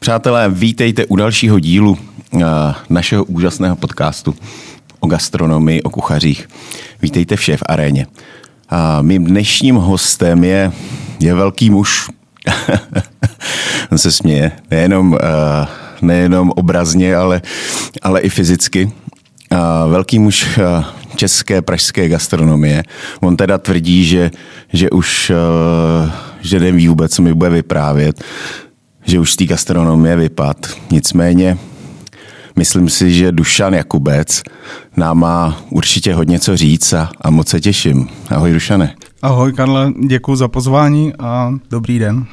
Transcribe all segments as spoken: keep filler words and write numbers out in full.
Přátelé, vítejte u dalšího dílu uh, našeho úžasného podcastu o gastronomii, o kuchařích. Vítejte v Šéf Aréně. Uh, mým dnešním hostem je, je velký muž. On se směje, nejenom, uh, nejenom obrazně, ale, ale i fyzicky. Uh, velký muž uh, české, pražské gastronomie. On teda tvrdí, že, že už uh, že neví vůbec, co mi bude vyprávět, že už z té gastronomie vypad. Nicméně myslím si, že Dušan Jakubec nám má určitě hodně co říct a, a moc se těším. Ahoj, Dušane. Ahoj, Karle, děkuji za pozvání a dobrý den.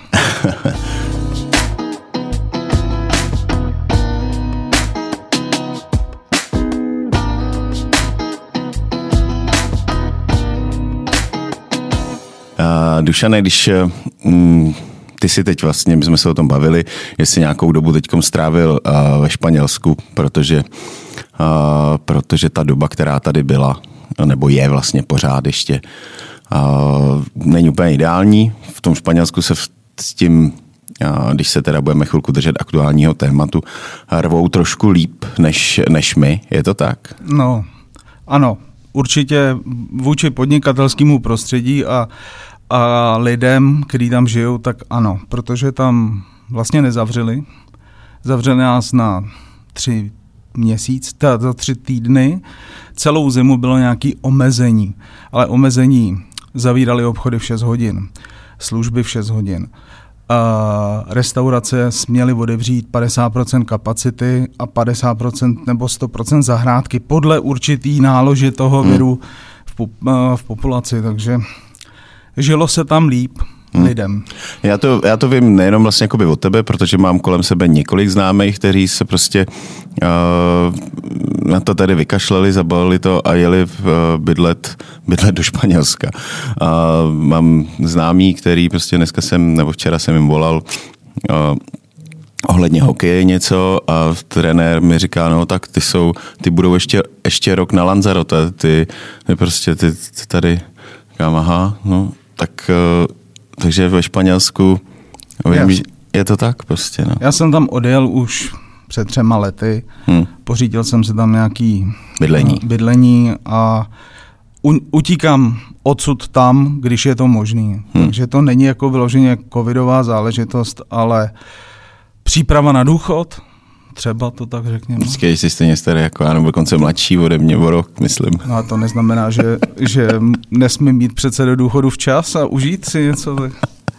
Uh, Dušane, když mm, ty si teď vlastně, my jsme se o tom bavili, že jsi nějakou dobu teďkom strávil uh, ve Španělsku, protože, uh, protože ta doba, která tady byla, nebo je vlastně pořád ještě, uh, není úplně ideální. V tom Španělsku se v, s tím, uh, když se teda budeme chvilku držet aktuálního tématu, rvou trošku líp než, než my. Je to tak? No, ano. Určitě vůči podnikatelskému prostředí a, a lidem, kteří tam žijou, tak ano, protože tam vlastně nezavřeli. Zavřeli nás na tři měsíc, za tři týdny. Celou zimu bylo nějaké omezení, ale omezení zavírali obchody v šest hodin, služby v šest hodin. Uh, restaurace směly otevřít padesát procent kapacity a padesát procent nebo sto procent zahrádky podle určitý nálože toho viru hmm. v, po, uh, v populaci, takže žilo se tam líp hmm. lidem. Já to, já to vím nejenom vlastně jakoby od tebe, protože mám kolem sebe několik známých, kteří se prostě uh, na to tady vykašleli, zabalili to a jeli v, uh, bydlet, bydlet do Španělska. Uh, mám známý, který prostě dneska jsem, nebo včera jsem jim volal uh, ohledně hokeje něco a trenér mi říká, no tak ty jsou, ty budou ještě, ještě rok na Lanzarote, ty, ty prostě ty, ty tady, říkám, aha, no, tak uh, takže ve Španělsku vím, že je to tak prostě, no. Já jsem tam odjel už před třema lety, hmm. pořídil jsem si tam nějaký bydlení, bydlení a u, utíkám odsud tam, když je to možný. Hmm. Takže to není jako vyloženě covidová záležitost, ale příprava na důchod, třeba to tak řekněme. Vždycky jsi stejně starý jako já, nebo dokonce mladší ode mě o rok, myslím. No a to neznamená, že, že nesmím mít přece do důchodu včas a užít si něco. Tak...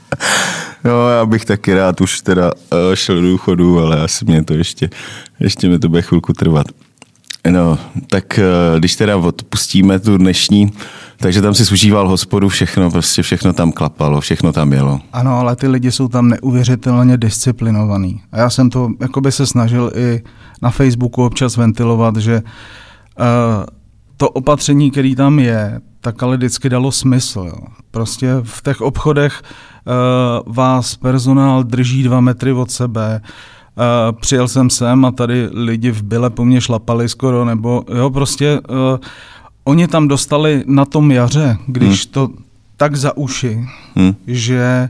No, já bych taky rád už teda uh, šel do důchodu, ale asi mě to ještě, ještě mě to bude chvilku trvat. No, tak uh, když teda odpustíme tu dnešní, takže tam si užíval hospodu, všechno, prostě všechno tam klapalo, všechno tam jelo. Ano, ale ty lidi jsou tam neuvěřitelně disciplinovaný. A já jsem to jakoby se snažil i na Facebooku občas ventilovat, že uh, to opatření, který tam je, tak ale vždycky dalo smysl. Jo. Prostě v těch obchodech uh, vás personál drží dva metry od sebe. Uh, přijel jsem sem a tady lidi v byle po mně šlapali skoro, nebo jo, prostě uh, oni tam dostali na tom jaře, když hmm. to tak za uši, hmm. že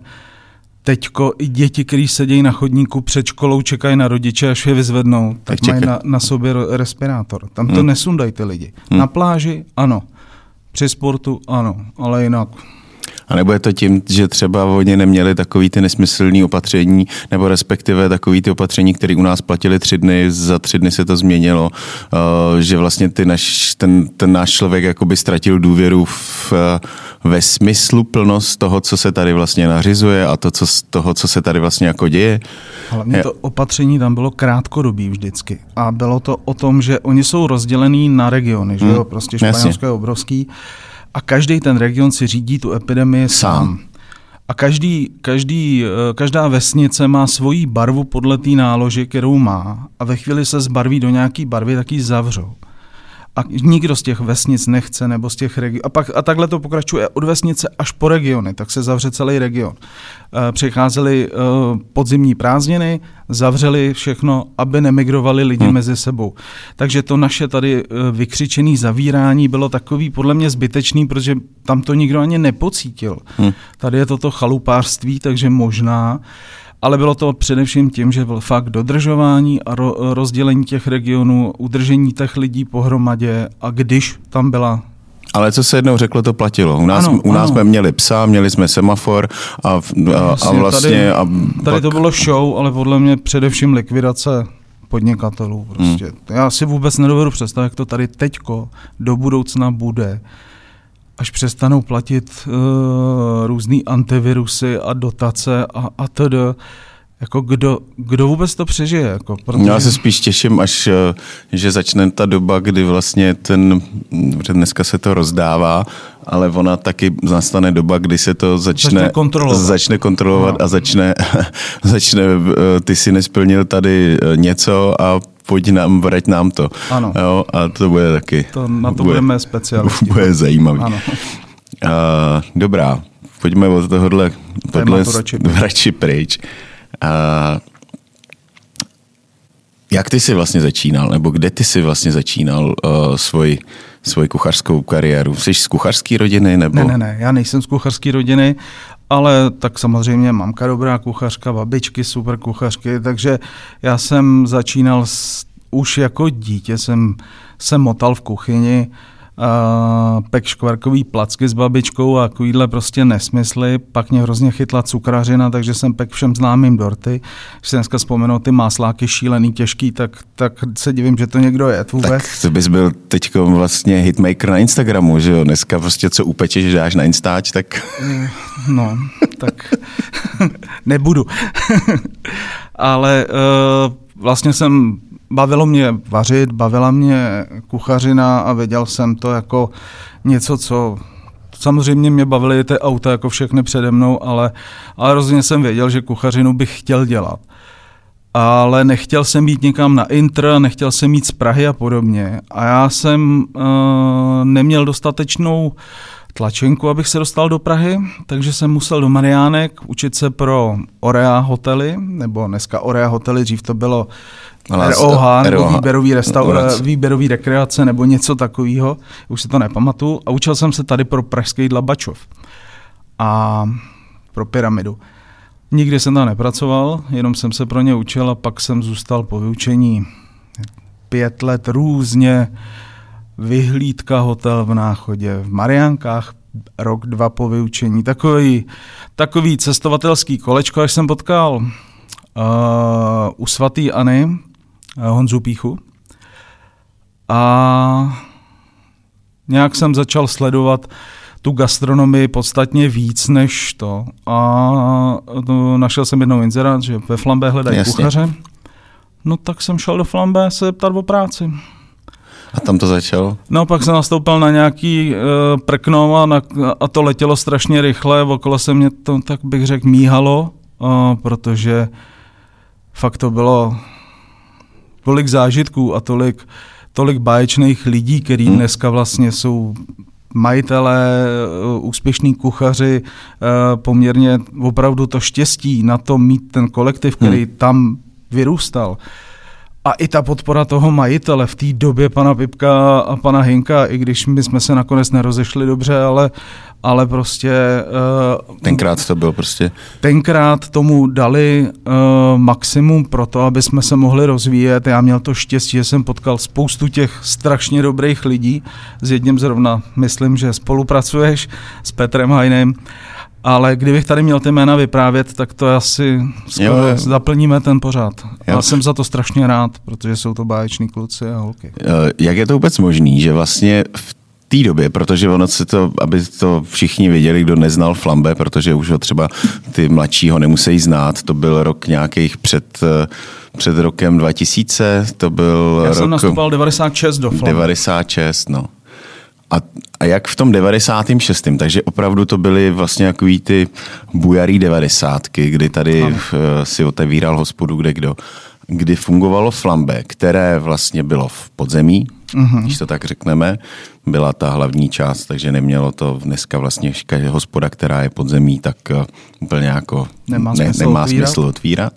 teďko i děti, který sedějí na chodníku před školou, čekají na rodiče, až je vyzvednou, tak, tak mají na, na sobě respirátor. Tam to hmm. nesundají ty lidi. Hmm. Na pláži ano, při sportu ano, ale jinak... A nebo je to tím, že třeba oni neměli takový ty nesmyslný opatření, nebo respektive takový ty opatření, které u nás platili tři dny, za tři dny se to změnilo, uh, že vlastně ty naš, ten, ten náš člověk jakoby ztratil důvěru v, ve smyslu plnost toho, co se tady vlastně nařizuje a to, co, toho, co se tady vlastně jako děje. Hlavně to opatření tam bylo krátkodobý vždycky. A bylo to o tom, že oni jsou rozdělený na regiony, že jo, hmm. prostě Španělsko je obrovský. A každý ten region si řídí tu epidemii sám. sám. A každý, každý, každá vesnice má svoji barvu podle té nálože, kterou má. A ve chvíli se zbarví do nějaký barvy, tak ji zavřou. A nikdo z těch vesnic nechce, nebo z těch regionů. A, pak, a takhle to pokračuje od vesnice až po regiony, tak se zavře celý region. E, přicházely e, podzimní prázdniny, zavřeli všechno, aby nemigrovali lidi hmm. mezi sebou. Takže to naše tady e, vykřičené zavírání bylo takový podle mě zbytečný, protože tam to nikdo ani nepocítil. Hmm. Tady je toto chalupářství, takže možná. ale bylo to především tím, že byl fakt dodržování a ro, rozdělení těch regionů, udržení těch lidí pohromadě a když tam byla. Ale co se jednou řeklo, to platilo. U nás, ano, u nás ano. jsme měli psa, měli jsme semafor a, a, a vlastně... Tady, a tady pak... to bylo show, ale podle mě především likvidace podnikatelů. Prostě. Hmm. Já si vůbec nedovedu představit, jak to tady teďko do budoucna bude, až přestanou platit uh, různý antivirusy a dotace a, a tedy. Jako kdo, kdo vůbec to přežije? Jako, protože... Já se spíš těším, až že začne ta doba, kdy vlastně ten, dneska se to rozdává, ale ona taky nastane doba, kdy se to začne, začne kontrolovat, začne kontrolovat no. a začne, začne, ty si nesplnil tady něco a pojď nám, vrať nám to. Ano. Jo, a to bude taky. To, na to bude, budeme specialisti. Bude zajímavý. Ano. Uh, dobrá, pojďme od tohohle radši pryč. Uh, jak ty jsi vlastně začínal, nebo kde ty jsi vlastně začínal uh, svoj, svoji kuchařskou kariéru? Jsi z kuchařské rodiny? Nebo? Ne, ne, ne, já nejsem z kuchařské rodiny, ale tak samozřejmě mamka dobrá kuchařka, babičky super kuchařky, takže já jsem začínal s, už jako dítě, jsem, jsem motal v kuchyni, Uh, pek škvarkový placky s babičkou a takovýhle prostě nesmysly. Pak mě hrozně chytla cukrařina, takže jsem pek všem známým dorty. Když se dneska vzpomenu ty másláky šílený, těžký, tak, tak se divím, že to někdo je vůbec. Tak to bys byl teď vlastně hitmaker na Instagramu, že jo? Dneska prostě co upečeš, že dáš na Instač, tak... No, tak nebudu. Ale uh, vlastně jsem... Bavilo mě vařit, bavila mě kuchařina a věděl jsem to jako něco, co samozřejmě mě bavily ty auta jako všechny přede mnou, ale, ale rozhodně jsem věděl, že kuchařinu bych chtěl dělat. Ale nechtěl jsem jít někam na intr, nechtěl jsem jít z Prahy a podobně. A já jsem uh, neměl dostatečnou tlačenku, abych se dostal do Prahy, takže jsem musel do Mariánek učit se pro Orea hotely, nebo dneska Orea hotely, dřív to bylo R O H, nebo výběrový, restaur- výběrový rekreace, nebo něco takového, už si to nepamatuju. A učil jsem se tady pro pražský Dlabačov a pro Pyramidu. Nikdy jsem tam nepracoval, jenom jsem se pro ně učil a pak jsem zůstal po vyučení pět let různě. Vyhlídka hotel v Náchodě, v Mariánkách, rok, dva po vyučení. Takový, takový cestovatelský kolečko, až jsem potkal uh, u svatý Anny, uh, Honzu Píchu. A nějak jsem začal sledovat tu gastronomii podstatně víc než to. A to našel jsem jednou inzerát, že ve Flambé hledají Jasně. kuchaře. No tak jsem šel do Flambé se ptat o práci. A tam to začalo? No, pak jsem nastoupil na nějaký uh, prkno a, na, a to letělo strašně rychle. Okolo se mě to, tak bych řekl, míhalo, uh, protože fakt to bylo tolik zážitků a tolik, tolik báječných lidí, kteří hmm. dneska vlastně jsou majitelé, uh, úspěšní kuchaři, uh, poměrně opravdu to štěstí na to mít ten kolektiv, který hmm. tam vyrůstal. A i ta podpora toho majitele v té době pana Pipka a pana Hinka, i když my jsme se nakonec nerozešli dobře, ale, ale prostě... Uh, tenkrát to bylo prostě... Tenkrát tomu dali uh, maximum pro to, aby jsme se mohli rozvíjet. Já měl to štěstí, že jsem potkal spoustu těch strašně dobrých lidí. S jedním zrovna myslím, že spolupracuješ, s Petrem Hajnem. Ale kdybych tady měl ty jména vyprávět, tak to asi skoro jo, jo. zaplníme ten pořád. Jo. Já jsem za to strašně rád, protože jsou to báječní kluci a holky. Jak je to vůbec možný, že vlastně v té době, protože ono se to, aby to všichni věděli, kdo neznal Flambé, protože už ho třeba ty mladší ho nemusí znát, to byl rok nějakých před, před rokem dva tisíce, to byl Já rok... jsem nastupoval devadesát šest do Flambé. devadesát šest, no. A, a jak v tom devadesátém šestém Takže opravdu to byly vlastně takový ty bujarý devadesátky, kdy tady uh, si otevíral hospodu kde kdo. Kdy fungovalo Flambé, které vlastně bylo v podzemí, uh-huh. když to tak řekneme, byla ta hlavní část, takže nemělo to dneska vlastně hospoda, která je podzemí, tak uh, úplně jako nemá, ne, smysl, nemá otvírat. smysl otvírat.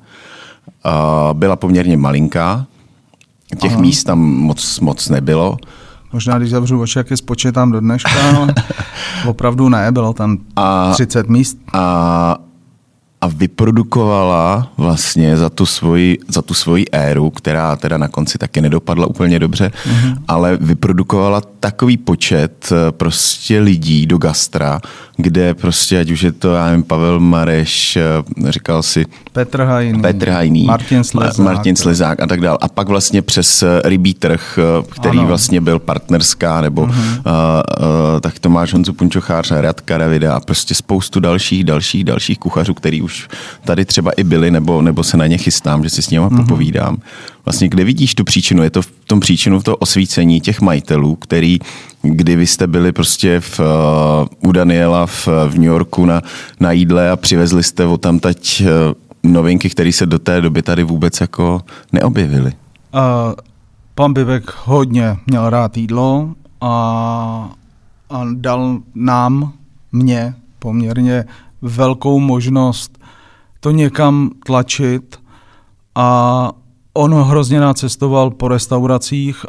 Uh, byla poměrně malinká, těch Aha. míst tam moc, moc nebylo. Možná, když zavřu oči, jak je spočítám do dneška, ale opravdu ne, bylo tam a, třicet míst. A, a vyprodukovala vlastně za tu svoji, za tu svoji éru, která teda na konci taky nedopadla úplně dobře, mm-hmm. ale vyprodukovala takový počet prostě lidí do gastra, kde prostě, ať už je to, já nevím, Pavel Mareš, říkal si Petr Hajný, Petr Hajný Martin Slezák, Martin Slezák a tak dále. A pak vlastně přes Rybí trh, který ano. vlastně byl partnerská, nebo mm-hmm. uh, uh, tak Tomáš Honzu Punčochář, Radka Davida a prostě spoustu dalších, dalších, dalších kuchařů, který už tady třeba i byli, nebo, nebo se na ně chystám, že si s nimi mm-hmm. popovídám. Vlastně kde vidíš tu příčinu? Je to v tom příčinu v to osvícení těch majitelů, který, kdy vy jste byli prostě v, uh, u Daniela v, v New Yorku na, na jídle a přivezli jste o tam teď uh, novinky, které se do té doby tady vůbec jako neobjevily. Uh, pan Bibek hodně měl rád jídlo a, a dal nám, mě, poměrně velkou možnost to někam tlačit a on hrozně rád cestoval po restauracích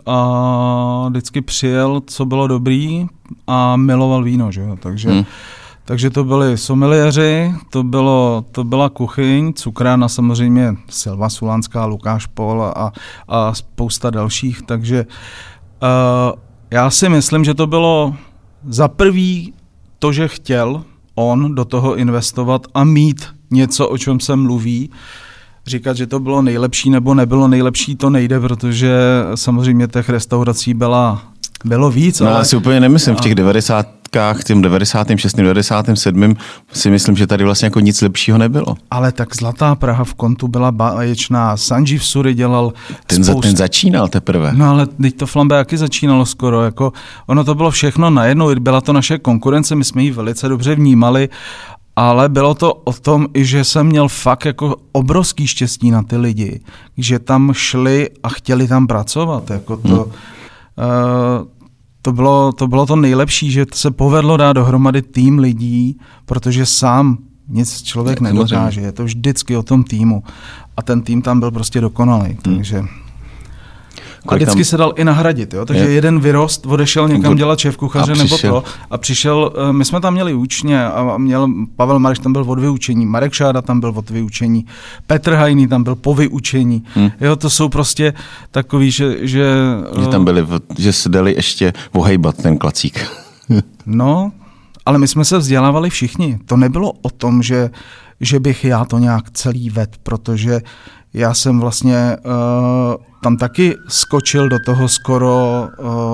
a vždycky přijel, co bylo dobrý a miloval víno, že jo, takže, hmm. takže to byli someliéři, to, bylo, to byla kuchyň, cukrána samozřejmě Silva Sulanská, Lukáš Pol a, a spousta dalších, takže uh, já si myslím, že to bylo za prvý to, že chtěl on do toho investovat a mít něco, o čem se mluví. Říkat, že to bylo nejlepší nebo nebylo nejlepší, to nejde, protože samozřejmě těch restaurací byla, bylo víc. No ale... já si úplně nemyslím, v těch devadesátkách, tím devadesátém šestém devadesátém sedmém si myslím, že tady vlastně jako nic lepšího nebylo. Ale tak Zlatá Praha v Kontu byla báječná, Sanjiv Suri dělal ten, spoustu... ten začínal teprve. No ale teď to Flambe jaký začínalo skoro, jako ono to bylo všechno najednou, byla to naše konkurence, my jsme ji velice dobře vnímali, ale bylo to o tom, i že jsem měl fakt jako obrovský štěstí na ty lidi, že tam šli a chtěli tam pracovat. Jako to, hmm. uh, to, bylo, to bylo to nejlepší, že se povedlo dát dohromady tým lidí, protože sám nic člověk nedokáže. Je to vždycky o tom týmu. A ten tým tam byl prostě dokonalý. Hmm. Takže... A vždycky tam... se dal i nahradit, jo? Takže je. jeden vyrost, odešel někam Od... dělat šéfkuchaře nebo to a přišel, my jsme tam měli učně a měl, Pavel Mareš tam byl od vyučení, Marek Šáda tam byl od vyučení, Petr Hajný tam byl po vyučení, hmm. jo, to jsou prostě takový, že... Že, že tam byli, že se dali ještě ohejbat ten klacík. No, ale my jsme se vzdělávali všichni, to nebylo o tom, že, že bych já to nějak celý ved, protože já jsem vlastně uh, tam taky skočil do toho skoro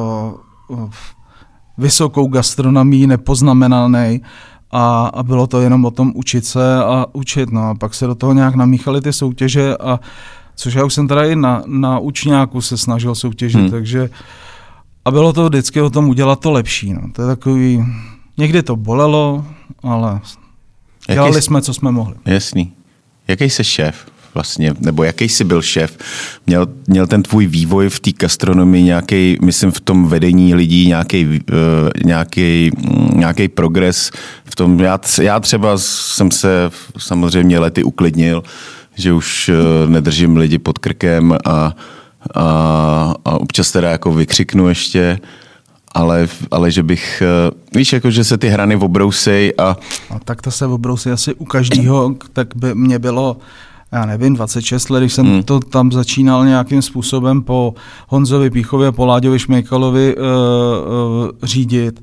uh, vysokou gastronomii, nepoznamenanej a, a bylo to jenom o tom učit se a učit. No a pak se do toho nějak namíchaly ty soutěže, a což já už jsem teda i na, na učňáku se snažil soutěžit, hmm. takže a bylo to vždycky o tom udělat to lepší. No. To je takový, někdy to bolelo, ale dělali Jaký jsme, co jsme mohli. Jasný. Jaký jsi šéf? Vlastně, nebo jaký jsi byl šéf? Měl, měl ten tvůj vývoj v té gastronomii nějaký, myslím v tom vedení lidí, nějaký, uh, nějaký, nějaký progres v tom. Já, já třeba jsem se samozřejmě lety uklidnil, že už uh, nedržím lidi pod krkem a, a, a občas teda jako vykřiknu ještě, ale, ale že bych, uh, víš, jako že se ty hrany obrousej a... a tak to se obrousej asi u každého, tak by mě bylo já nevím, dvacet šest let, když jsem hmm. to tam začínal nějakým způsobem po Honzovi Píchovi a po Láďovi Šmejkalovi uh, uh, řídit.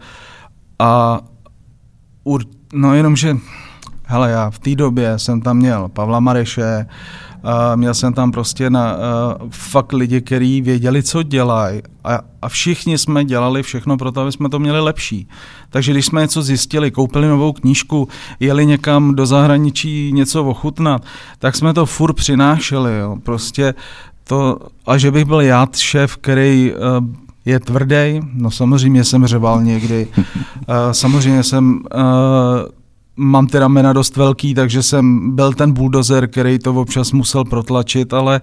A ur, no jenomže, hele, já v té době jsem tam měl Pavla Mareše, uh, měl jsem tam prostě na uh, fakt lidi, kteří věděli, co dělají, a, a všichni jsme dělali všechno pro to, aby jsme to měli lepší. Takže když jsme něco zjistili, koupili novou knížku, jeli někam do zahraničí něco ochutnat, tak jsme to furt přinášeli. Jo. Prostě to, a že bych byl já šéf, který uh, je tvrdý, no samozřejmě jsem řeval někdy, uh, samozřejmě jsem... Uh, mám ty ramena dost velký, takže jsem byl ten bulldozer, který to občas musel protlačit, ale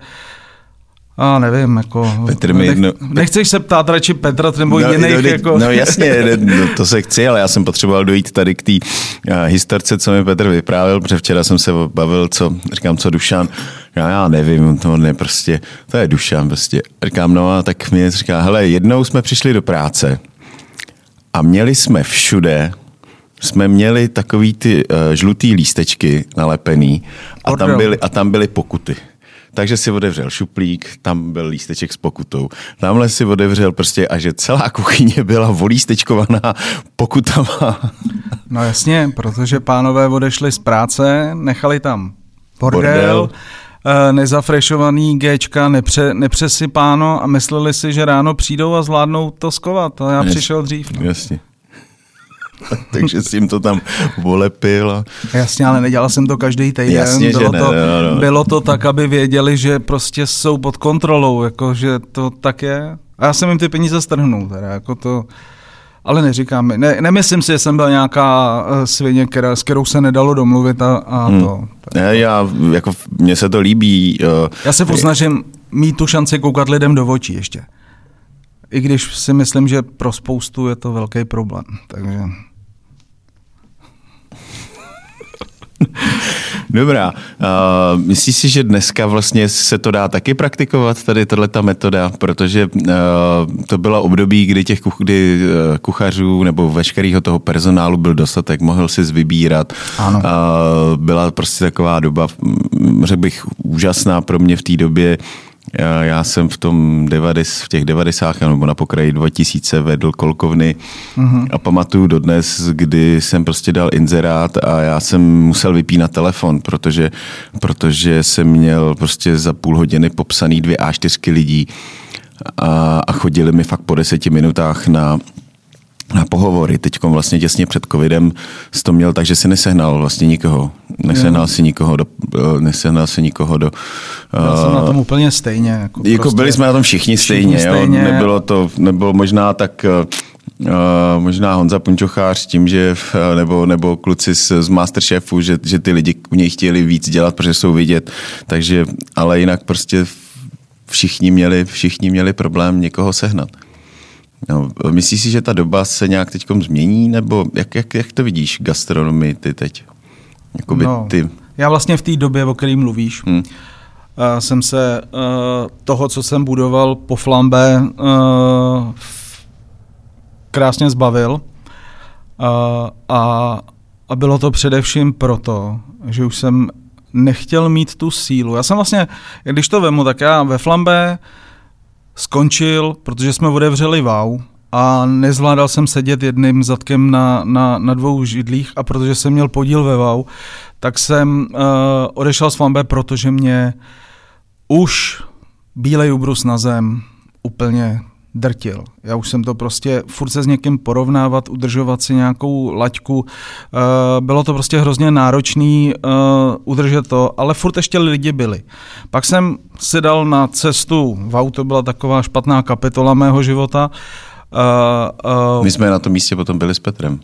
a nevím, jako... Petr mi jedno... nech, nechceš se ptát radši Petra nebo no, jiných, no, jako... No jasně, no, to se chci, ale já jsem potřeboval dojít tady k té uh, historce, co mi Petr vyprávěl, protože včera jsem se bavil, co, říkám, co Dušan, já, já nevím, to ne, prostě, to je Dušan, prostě. Říkám, no a tak mi říká, hele, jednou jsme přišli do práce a měli jsme všude jsme měli takový ty uh, žlutý lístečky nalepený a tam, byly, a tam byly pokuty. Takže si otevřel šuplík, tam byl lísteček s pokutou. Tamhle si otevřel prostě a že celá kuchyně byla volístečkovaná pokutama. No jasně, protože pánové odešli z práce, nechali tam bordel, bordel. nezafrešovaný géčka, nepře, nepřesypáno a mysleli si, že ráno přijdou a zvládnou to skovat. A já Jas, přišel dřív. No. Jasně. Takže si jim to tam volepil. A... Jasně, ale nedělal jsem to každý týden. Jasně, bylo, že ne, to, no, no. bylo to tak, aby věděli, že prostě jsou pod kontrolou, jako, že to tak je. A já jsem jim ty peníze strhnul. Teda, jako to... Ale neříkám, ne, nemyslím si, že jsem byl nějaká svině, která, s kterou se nedalo domluvit a, a hmm. to. Ne, já, jako, mně se to líbí. Uh, já se snažím mít tu šanci koukat lidem do očí ještě. I když si myslím, že pro spoustu je to velký problém. Takže... Dobrá. Uh, myslíš si, že dneska vlastně se to dá taky praktikovat, tady tato metoda? Protože uh, to bylo období, kdy těch kuch, kdy, uh, kuchařů nebo veškerého toho personálu byl dostatek, mohl si vybírat. Ano. Uh, byla prostě taková doba, řekl bych, úžasná pro mě v té době. Já, já jsem v tom devadesátých, v těch devadesátých nebo na pokraji dva tisíce vedl kolkovny mm-hmm. a pamatuju dodnes, kdy jsem prostě dal inzerát a já jsem musel vypínat telefon, protože, protože jsem měl prostě za půl hodiny popsaný dvě á čtyřky lidí a, a chodili mi fakt po deseti minutách na na pohovory. Teďkom vlastně těsně před covidem jsi to měl tak, že si nesehnal vlastně nikoho. Nesehnal si nikoho do... Nesehnal si nikoho do... Já jsem na tom úplně stejně. Jako, jako prostě byli jsme na tom všichni, všichni stejně. stejně. Jo? Nebylo to, nebylo možná tak... Uh, možná Honza Punčochář tím, že nebo, nebo kluci z, z Masterchefu, že, že ty lidi u něj chtěli víc dělat, protože jsou vidět. Takže, ale jinak prostě všichni měli, všichni měli problém někoho sehnat. No, myslíš si, že ta doba se nějak teďkom změní, nebo jak, jak, jak to vidíš gastronomii ty teď? Jakoby no, ty... Já vlastně v té době, o které mluvíš, hmm. uh, jsem se uh, toho, co jsem budoval po Flambé, uh, krásně zbavil. Uh, a, a bylo to především proto, že už jsem nechtěl mít tu sílu. Já jsem vlastně, když to vemu, tak já ve Flambé skončil, protože jsme otevřeli Wow a nezvládal jsem sedět jedným zadkem na, na, na dvou židlích a protože jsem měl podíl ve Wow, tak jsem uh, odešel z Flambé, protože mě už bílej ubrus na zem úplně drtil. Já už jsem to prostě furt se s někým porovnávat, udržovat si nějakou laťku. Uh, bylo to prostě hrozně náročný uh, udržet to, ale furt ještě lidi byli. Pak jsem si dal na cestu, wow, to byla taková špatná kapitola mého života. Uh, uh, My jsme na tom místě potom byli s Petrem.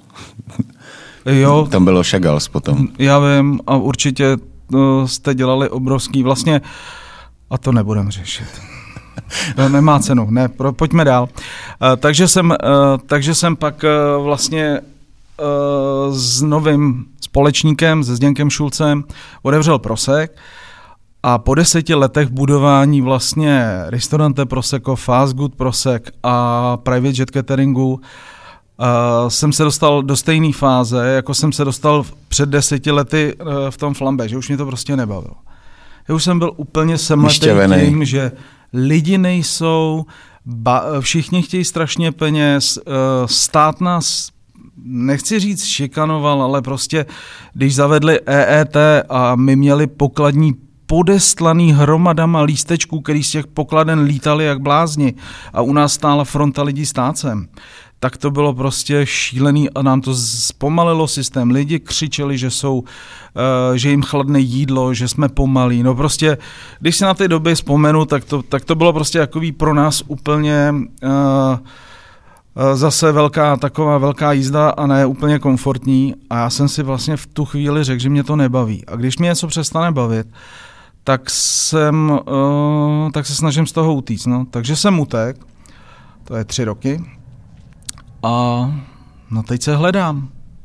Jo. Tam bylo Šagals potom. Já vím a určitě uh, jste dělali obrovský, vlastně, a to nebudem řešit. To nemá cenu, ne, pro, pojďme dál. Uh, takže, jsem, uh, takže jsem pak uh, vlastně uh, s novým společníkem, se Zděňkem Šulcem, otevřel Prosek a po deseti letech budování vlastně restaurante Prosecco, fast good Prosek a private jet cateringu uh, jsem se dostal do stejné fáze, jako jsem se dostal před deseti lety uh, v tom Flambé, že už mě to prostě nebavilo. Já už jsem byl úplně semletý tím, že lidi nejsou, ba, všichni chtějí strašně peněz, stát nás, nechci říct šikanoval, ale prostě, když zavedli E E T a my měli pokladní podestlaný hromadama lístečků, který z těch pokladen lítali jak blázni a u nás stála fronta lidí s tácem, tak to bylo prostě šílený a nám to zpomalilo systém. Lidi křičeli, že jsou, uh, že jim chladne jídlo, že jsme pomalí. No prostě, když si na ty doby vzpomenu, tak to, tak to bylo prostě jakový pro nás úplně uh, uh, zase velká, taková velká jízda a ne úplně komfortní. A já jsem si vlastně v tu chvíli řekl, že mě to nebaví. A když mě něco přestane bavit, tak, jsem, uh, tak se snažím z toho utíct. No. Takže jsem utek, to je tři roky. A no teď se hledám,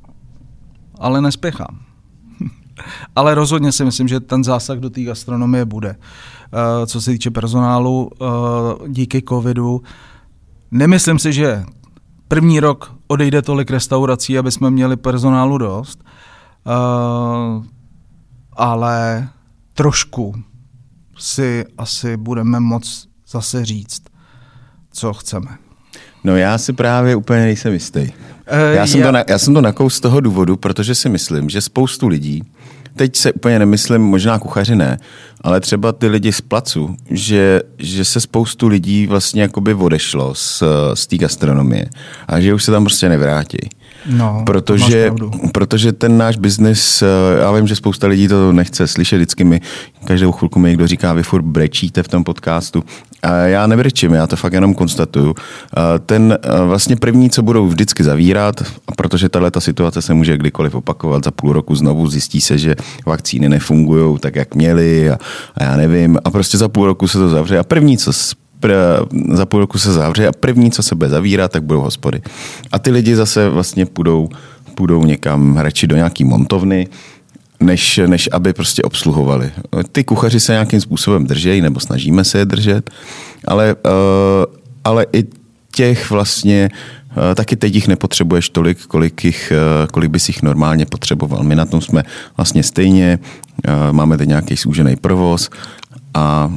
ale nespěchám. Ale rozhodně si myslím, že ten zásah do té gastronomie bude. Uh, co se týče personálu, uh, díky covidu, nemyslím si, že první rok odejde tolik restaurací, aby jsme měli personálu dost, uh, ale trošku si asi budeme moct zase říct, co chceme. No já si právě úplně nejsem jistý. Uh, já, jsem já... To na, já jsem to nakous z toho důvodu, protože si myslím, že spoustu lidí, teď se úplně nemyslím, možná kuchaři ne, ale třeba ty lidi z placu, že, že se spoustu lidí vlastně jakoby odešlo z, z té gastronomie a že už se tam prostě nevrátí. No, protože, protože ten náš biznis, já vím, že spousta lidí to nechce slyšet, vždycky mi, každou chvilku mi někdo říká, vy furt brečíte v tom podcastu. A já nebrečím, já to fakt jenom konstatuju. Ten vlastně první, co budou vždycky zavírat, protože tato situace se může kdykoliv opakovat, za půl roku znovu zjistí se, že vakcíny nefungují tak, jak měly a, a já nevím. A prostě za půl roku se to zavře. A první, co za půl roku se zavře a první, co se bude zavírat, tak budou hospody. A ty lidi zase vlastně půjdou, půjdou někam radši do nějaký montovny, než, než aby prostě obsluhovali. Ty kuchaři se nějakým způsobem držejí, nebo snažíme se je držet, ale, uh, ale i těch vlastně uh, taky teď jich nepotřebuješ tolik, kolik, jich, uh, kolik bys jich normálně potřeboval. My na tom jsme vlastně stejně, uh, máme teď nějaký zúžený provoz a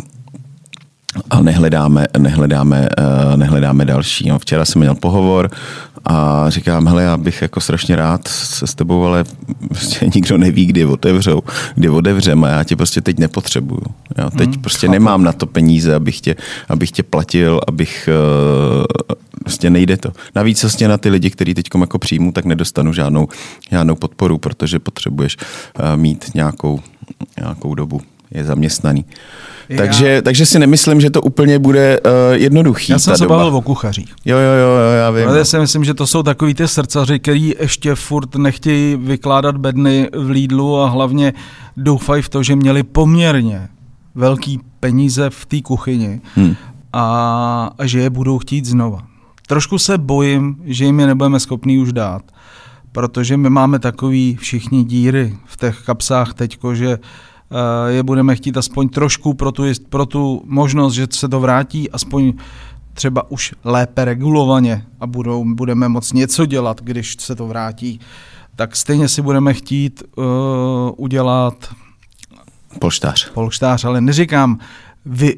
a nehledáme, nehledáme, nehledáme další. No, včera jsem měl pohovor a říkám, hele, já bych jako strašně rád se s tebou, ale prostě nikdo neví, kdy otevřou, kdy otevřeme a já tě prostě teď nepotřebuju. Jo, teď hmm, prostě chápu. Nemám na to peníze, abych tě, abych tě platil, abych prostě nejde to. Navíc vlastně na ty lidi, kteří teď jako přijmu, tak nedostanu žádnou, žádnou podporu, protože potřebuješ mít nějakou, nějakou dobu. Je zaměstnaný. Takže, já... takže si nemyslím, že to úplně bude uh, jednoduchý. Já jsem se bavil o kuchařích. Jo, jo, jo, já vím. Ale já si myslím, že to jsou takový ty srdcaři, který ještě furt nechtějí vykládat bedny v Lidlu a hlavně doufají v to, že měli poměrně velký peníze v té kuchyni hmm. a, a že je budou chtít znova. Trošku se bojím, že jim je nebudeme schopní už dát, protože my máme takový všichni díry v těch kapsách teďko, že je budeme chtít aspoň trošku pro tu, pro tu možnost, že se to vrátí, aspoň třeba už lépe regulovaně a budou, budeme moct něco dělat, když se to vrátí, tak stejně si budeme chtít uh, udělat polštář. polštář, ale neříkám, vy,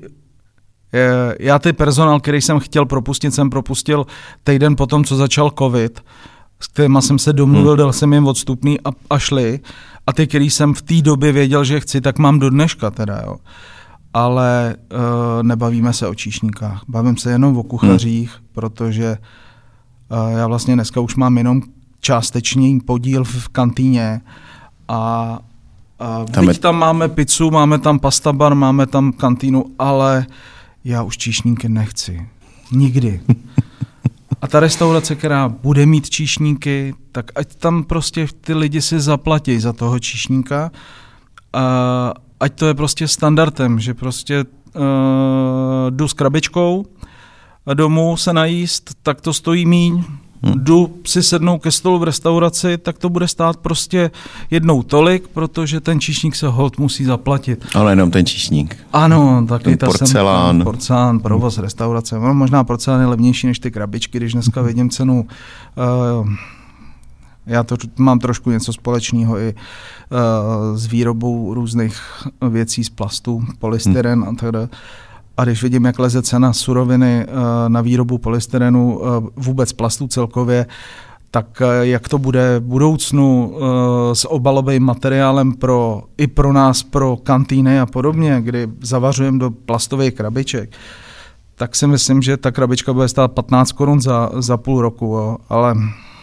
já ty personál, který jsem chtěl propustit, jsem propustil týden potom, co začal covid, s kterýma jsem se domluvil, hmm. dal jsem jim odstupný a, a šli. A ty, který jsem v té době věděl, že chci, tak mám do dneška teda, jo. Ale uh, nebavíme se o číšníkách. Bavím se jenom o kuchařích, hmm. protože uh, já vlastně dneska už mám jenom částečný podíl v kantýně a uh, tam, je... tam máme pizzu, máme tam pasta bar, máme tam kantýnu, ale já už číšníky nechci. Nikdy. A ta restaurace, která bude mít číšníky, tak ať tam prostě ty lidi si zaplatí za toho číšníka. A ať to je prostě standardem, že prostě uh, jdu s krabičkou domů se najíst, tak to stojí míň. Hmm. Jdu si sednout ke stolu v restauraci, tak to bude stát prostě jednou tolik, protože ten číšník se holt musí zaplatit. Ale jenom ten číšník. Ano, taky ta porcelán. Jsem, porcelán, provoz, hmm. restaurace. No, možná porcelán je levnější než ty krabičky, když dneska vidím cenu. Uh, já to mám trošku něco společného i uh, s výrobou různých věcí z plastu, polystyren hmm. a tak dále. A když vidím, jak leze cena suroviny na výrobu polystyrenu, vůbec plastu celkově, tak jak to bude v budoucnu s obalovým materiálem pro, i pro nás, pro kantýny a podobně, kdy zavařujeme do plastových krabiček, tak si myslím, že ta krabička bude stát patnáct korun za, za půl roku, jo. Ale...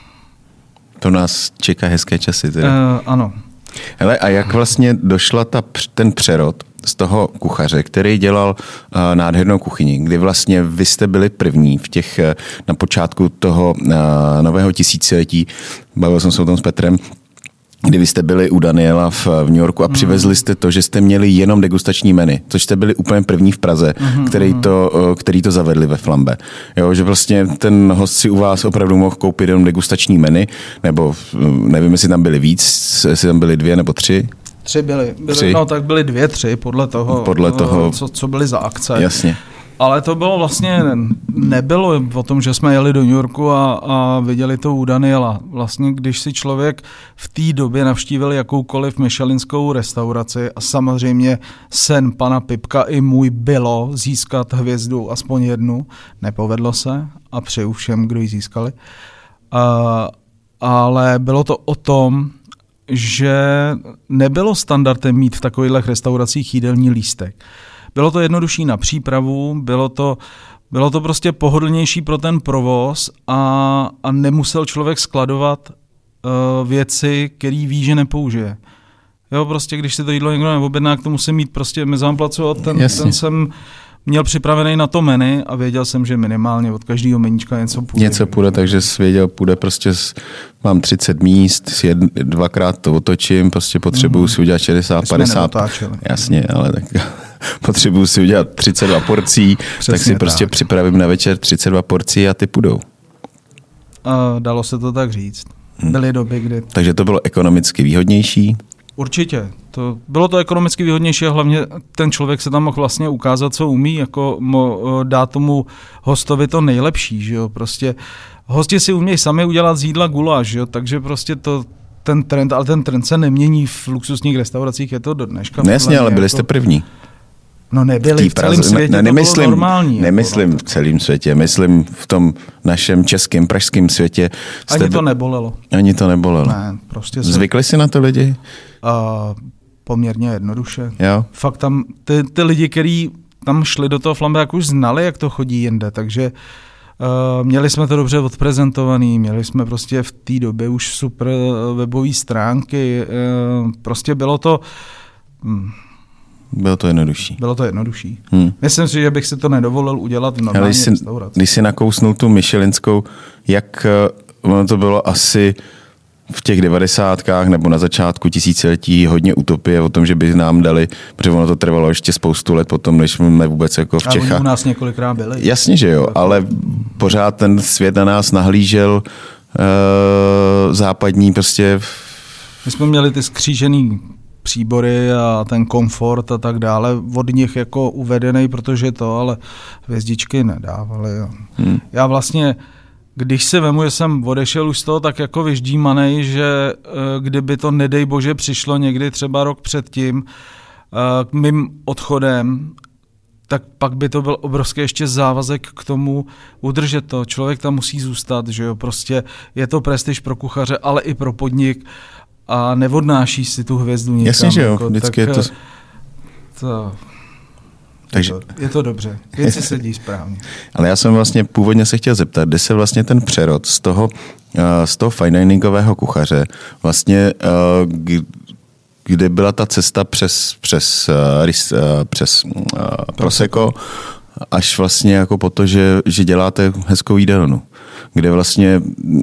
To nás čeká hezké časy. Teda. Uh, ano. Hele, a jak vlastně došla ta, ten přerod z toho kuchaře, který dělal uh, nádhernou kuchyni, kdy vlastně vy jste byli první v těch, uh, na počátku toho uh, nového tisíciletí, bavil jsem se o tom s Petrem, kdy vy jste byli u Daniela v, v New Yorku a přivezli jste to, že jste měli jenom degustační menu, což jste byli úplně první v Praze, mm-hmm. který, to, který to zavedli ve Flambe. Jo, že vlastně ten host si u vás opravdu mohl koupit jenom degustační menu, nebo nevím, jestli tam byly víc, jestli tam byly dvě nebo tři. Tři byly, byly tři. No tak byly dvě, tři, podle toho, podle toho co, co byly za akce. Jasně. Ale to bylo vlastně, nebylo o tom, že jsme jeli do New Yorku a, a viděli to u Daniela. Vlastně, když si člověk v té době navštívil jakoukoliv michelinskou restauraci a samozřejmě sen pana Pipka i můj bylo získat hvězdu aspoň jednu, nepovedlo se a přeju všem, kdo ji získali. A, ale bylo to o tom, že nebylo standardem mít v takových restauracích jídelní lístek. Bylo to jednodušší na přípravu, bylo to, bylo to prostě pohodlnější pro ten provoz a, a nemusel člověk skladovat uh, věci, který ví, že nepoužije. Jo, prostě když si to jídlo někdo neobjedná, k tomu musím mít prostě mezamplacu a ten, ten jsem měl připravený na to menu a věděl jsem, že minimálně od každého meníčka něco půjde. Něco půjde, takže jsi věděl, půjde prostě, s, mám třicet míst, si jed, dvakrát to otočím, prostě potřebuju mm. si udělat šedesát, padesát. Jasně, ale tak potřebuju si udělat třicet dva porcí, přesně tak si tak. Prostě připravím na večer třicet dva porcí a ty půjdou. A dalo se to tak říct. Byly doby, kdy... Takže to bylo ekonomicky výhodnější? Určitě. To, bylo to ekonomicky výhodnější a hlavně ten člověk se tam mohl vlastně ukázat, co umí, jako mo, dát tomu hostovi to nejlepší, že jo, prostě hosti si umějí sami udělat z jídla guláš, že jo, takže prostě to, ten trend, ale ten trend se nemění v luxusních restauracích, je to do dneška. No jasně, ale byli jako... jste první. No nebyli, v celém světě ne, ne, nemyslím, to bylo normální. Nemyslím jako, v celém světě, myslím v tom našem českém, pražském světě. Ani to by... nebolelo. Ani to nebolelo. Ne, prostě se... Zvykli si na to lidi? Uh, poměrně jednoduše. Jo. Fakt tam, ty, ty lidi, kteří tam šli do toho Flambe, jak už znali, jak to chodí jinde, takže uh, měli jsme to dobře odprezentovaný, měli jsme prostě v té době už super webové stránky, uh, prostě bylo to... Hmm, Bylo to jednodušší. Bylo to jednodušší. Hmm. Myslím si, že bych si to nedovolil udělat v normální když restauraci. Když si nakousnul tu michelinskou, jak ono to bylo asi v těch devadesátkách nebo na začátku tisíciletí hodně utopie o tom, že by nám dali, protože ono to trvalo ještě spoustu let potom, než jsme vůbec jako v Čechách. A oni u nás několikrát byli. Jasně, že jo, ale pořád ten svět na nás nahlížel uh, západní prostě. My jsme měli ty skřížený příbory a ten komfort a tak dále od nich jako uvedený, protože to, ale hvězdičky nedávali. Hmm. Já vlastně, když si vemu, že jsem odešel už z toho tak jako vyždímanej, že kdyby to nedej bože přišlo někdy třeba rok předtím k mým odchodem, tak pak by to byl obrovský ještě závazek k tomu udržet to. Člověk tam musí zůstat, že jo, prostě je to prestiž pro kuchaře, ale i pro podnik a neodnáší si tu hvězdu nikam. Jasně, že jo, jako, vždycky tak, je to... to Takže... je, to, je to dobře, věci se dějí správně. Ale já jsem vlastně původně se chtěl zeptat, kde se vlastně ten přerod z toho, z toho fine diningového kuchaře, vlastně kde byla ta cesta přes, přes, přes Prosecco, až vlastně jako po to, že, že děláte hezkou jídelnu, kde vlastně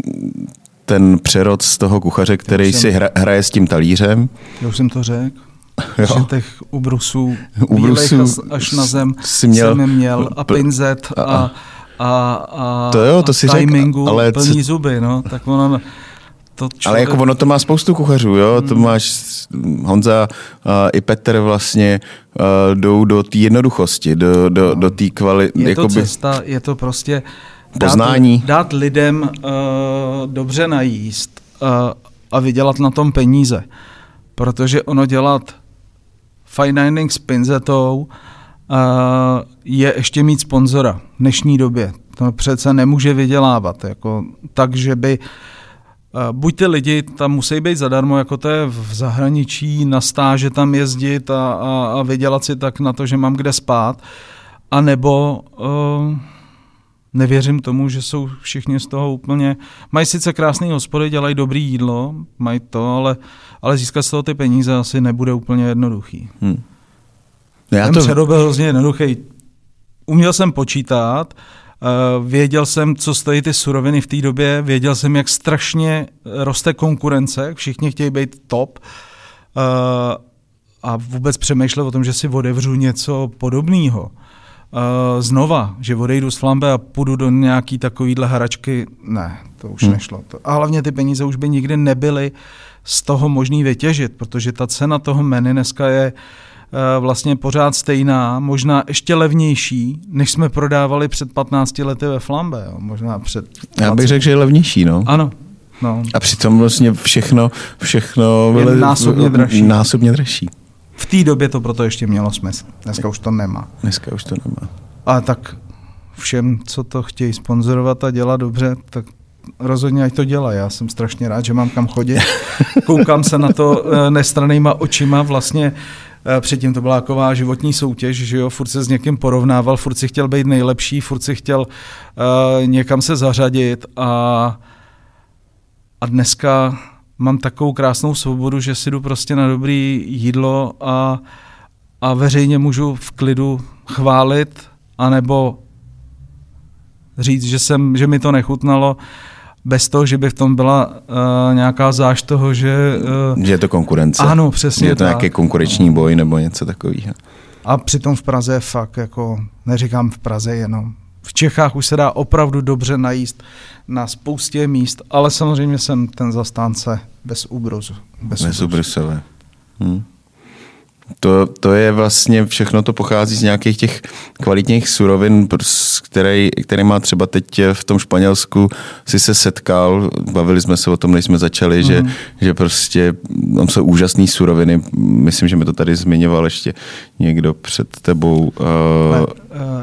ten přerod z toho kuchaře, který jsem, si hra, hraje s tím talířem. Já už jsem to řekl. Že těch ubrusů, ubrusů až na zem měl, jsem měl a pinzet a, a, a, a, to jo, to a si timingu, řek, ale plný co... zuby. No, tak ono, to člověk... Ale jako ono to má spoustu kuchařů, jo? Hmm. To máš Honza uh, i Petr vlastně uh, jdou do té jednoduchosti, do, do, no. do té kvality. Je jakoby... to cesta, je to prostě poznání. Dát, dát lidem uh, dobře najíst uh, a vydělat na tom peníze. Protože ono dělat fine dining s pinzetou uh, je ještě mít sponzora v dnešní době. To přece nemůže vydělávat. Jako, takže by uh, buď ty lidi tam musí být zadarmo, jako to je v zahraničí, na stáže tam jezdit a, a, a vydělat si tak na to, že mám kde spát, anebo uh, nevěřím tomu, že jsou všichni z toho úplně... Mají sice krásný hospody, dělají dobré jídlo, mají to, ale, ale získat z toho ty peníze asi nebude úplně jednoduchý. Hmm. Já Ten to... přerod byl hrozně jednoduchý. Uměl jsem počítat, uh, věděl jsem, co stojí ty suroviny v té době, věděl jsem, jak strašně roste konkurence, všichni chtějí být top uh, a vůbec přemýšlel o tom, že si otevřu něco podobného. Uh, znova, že odejdu z Flambe a půjdu do nějaký takovýhle haračky, ne, to už hmm. nešlo. A hlavně ty peníze už by nikdy nebyly z toho možný vytěžit, protože ta cena toho menu dneska je vlastně pořád stejná, možná ještě levnější, než jsme prodávali před patnácti lety ve Flambe. Jo. Možná před dvaceti. Já bych řekl, že je levnější, no. Ano. No. A přitom vlastně všechno, všechno je násobně dražší. násobně dražší. V té době to proto ještě mělo smysl. Dneska už to nemá. Dneska už to nemá. A tak všem, co to chtějí sponzorovat a dělat dobře, tak rozhodně ať to dělají. Já jsem strašně rád, že mám kam chodit. Koukám se na to nestrannýma očima. Vlastně předtím to byla taková životní soutěž, že jo, furt se s někým porovnával, furt si chtěl být nejlepší, furt si chtěl uh, někam se zařadit a, a dneska mám takovou krásnou svobodu, že si jdu prostě na dobrý jídlo a, a veřejně můžu v klidu chválit, anebo říct, že, jsem, že mi to nechutnalo, bez toho, že by v tom byla uh, nějaká zášť toho, že... Uh, že je to konkurence. Ano, přesně. Že je to tak. Nějaký konkurenční boj nebo něco takového. A přitom v Praze fakt, jako neříkám v Praze jenom, v Čechách už se dá opravdu dobře najíst na spoustě míst, ale samozřejmě jsem ten zastánce bez úbrozu. Bez, bez úbrusové. Hm. To, to je vlastně, všechno to pochází z nějakých těch kvalitních surovin, který, který má třeba teď v tom Španělsku, si se setkal, bavili jsme se o tom, než jsme začali, mm. že, že prostě tam jsou úžasné suroviny, myslím, že mi to tady zmiňoval ještě někdo před tebou. Uh... uh,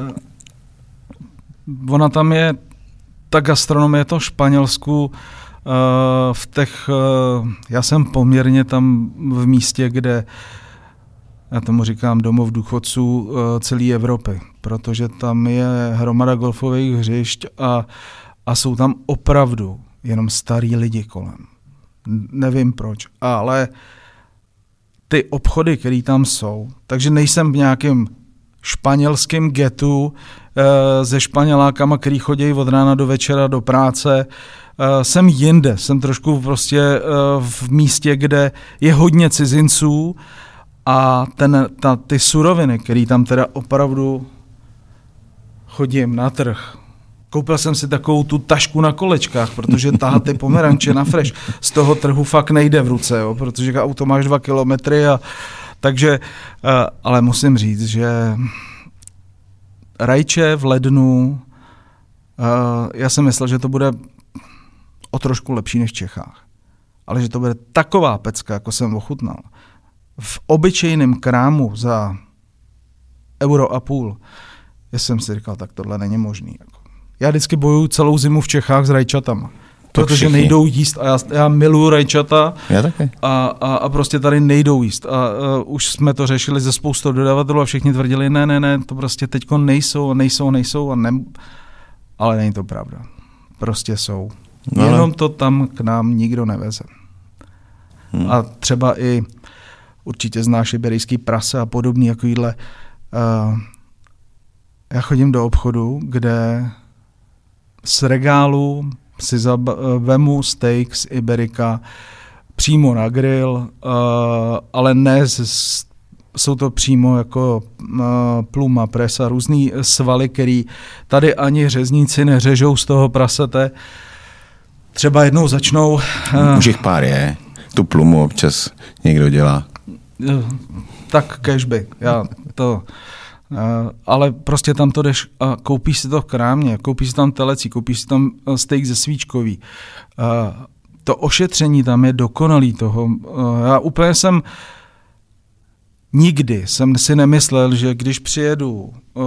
ona tam je, ta gastronomie to Španělsku, uh, v těch, uh, já jsem poměrně tam v místě, kde já tomu říkám domov důchodců celé Evropy, protože tam je hromada golfových hřišť a, a jsou tam opravdu jenom starý lidi kolem. Nevím proč, ale ty obchody, které tam jsou, takže nejsem v nějakém španělském getu e, se Španělákama, který chodí od rána do večera do práce. E, jsem jinde, jsem trošku prostě e, v místě, kde je hodně cizinců, a ten, ta, ty suroviny, které tam teda opravdu chodím na trh. Koupil jsem si takovou tu tašku na kolečkách, protože tahat ty pomeranče na fresh z toho trhu fakt nejde v ruce, jo, protože auto máš dva kilometry. A, takže, ale musím říct, že rajče v lednu, já jsem myslel, že to bude o trošku lepší než v Čechách. Ale že to bude taková pecka, jako jsem ochutnal. V obyčejném krámu za euro a půl, já jsem si říkal, tak tohle není možný. Já vždycky bojuju celou zimu v Čechách s rajčatama, to protože všichni nejdou jíst a já, já miluju rajčata já taky. A, a, a prostě tady nejdou jíst. A, a už jsme to řešili ze spoustou dodavatelů a všichni tvrdili, ne, ne, ne, to prostě teďko nejsou, nejsou, nejsou, a ne, ale není to pravda. Prostě jsou. No, jenom to tam k nám nikdo neveze. Hmm. A třeba i určitě znáš iberijský prase a podobný takovýhle. Uh, já chodím do obchodu, kde z regálu si vemu steak z Iberika přímo na grill, uh, ale ne z, jsou to přímo jako uh, pluma, presa, různý svaly, který tady ani řezníci neřežou z toho prasete. Třeba jednou začnou... Uh, Už jich pár je. Tu plumu občas někdo dělá. Tak kežby, já to, uh, ale prostě tam to jdeš a koupíš si to v krámě, koupíš si tam telecí, koupíš si tam steak ze svíčkový. Uh, to ošetření tam je dokonalý toho. Uh, já úplně jsem, nikdy jsem si nemyslel, že když přijedu uh,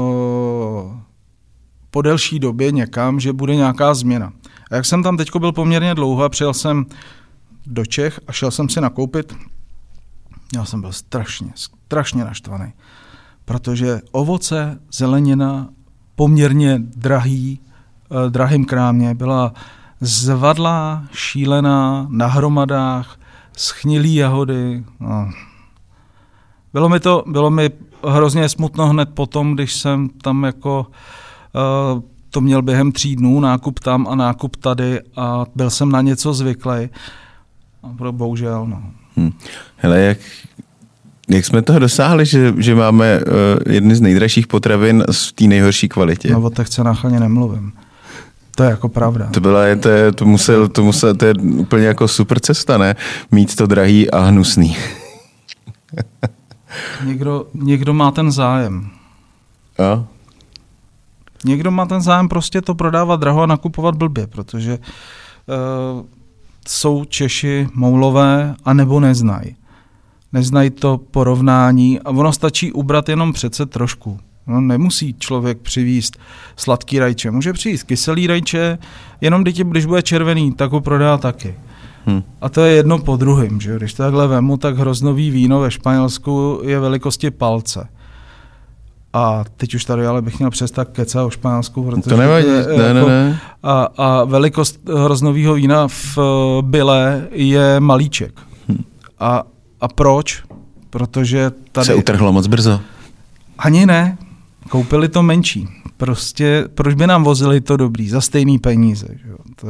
po delší době někam, že bude nějaká změna. A jak jsem tam teďko byl poměrně dlouho a přijel jsem do Čech a šel jsem si nakoupit, já jsem byl strašně, strašně naštvaný, protože ovoce, zelenina, poměrně drahý, eh, drahým krámě, byla zvadlá, šílená, na hromadách, schnilý jahody. No. Bylo mi to, bylo mi hrozně smutno hned potom, když jsem tam jako eh, to měl během tří dnů, nákup tam a nákup tady a byl jsem na něco zvyklý. A bohužel, no. Hmm. Hele, jak, jak jsme toho dosáhli, že, že máme uh, jedny z nejdražších potravin v té nejhorší kvalitě? No o těch cenách ani nemluvím. To je jako pravda. To byla, to, je, to, musel, to, musel, to je úplně jako super cesta, ne? Mít to drahý a hnusný. Někdo, někdo má ten zájem. Jo? Někdo má ten zájem prostě to prodávat draho a nakupovat blbě, protože uh, jsou Češi moulové a nebo neznají. Neznají to porovnání a ono stačí ubrat jenom přece trošku. No, nemusí člověk přivízt sladký rajče, může přivízt kyselý rajče, jenom když bude červený, tak ho prodá taky. Hmm. A to je jedno po druhém, že když takhle vemu, tak hroznový víno ve Španělsku je velikosti palce. A teď už tady ale bych měl přestat kecat o Španělsku, protože to nevadí, je, ne, jako, ne, ne. A, a velikost hroznového vína v byle je malíček. Hmm. A, a proč? Protože tady... Se utrhlo moc brzo. Ani ne. Koupili to menší. Prostě, proč by nám vozili to dobrý, za stejný peníze. Že? To...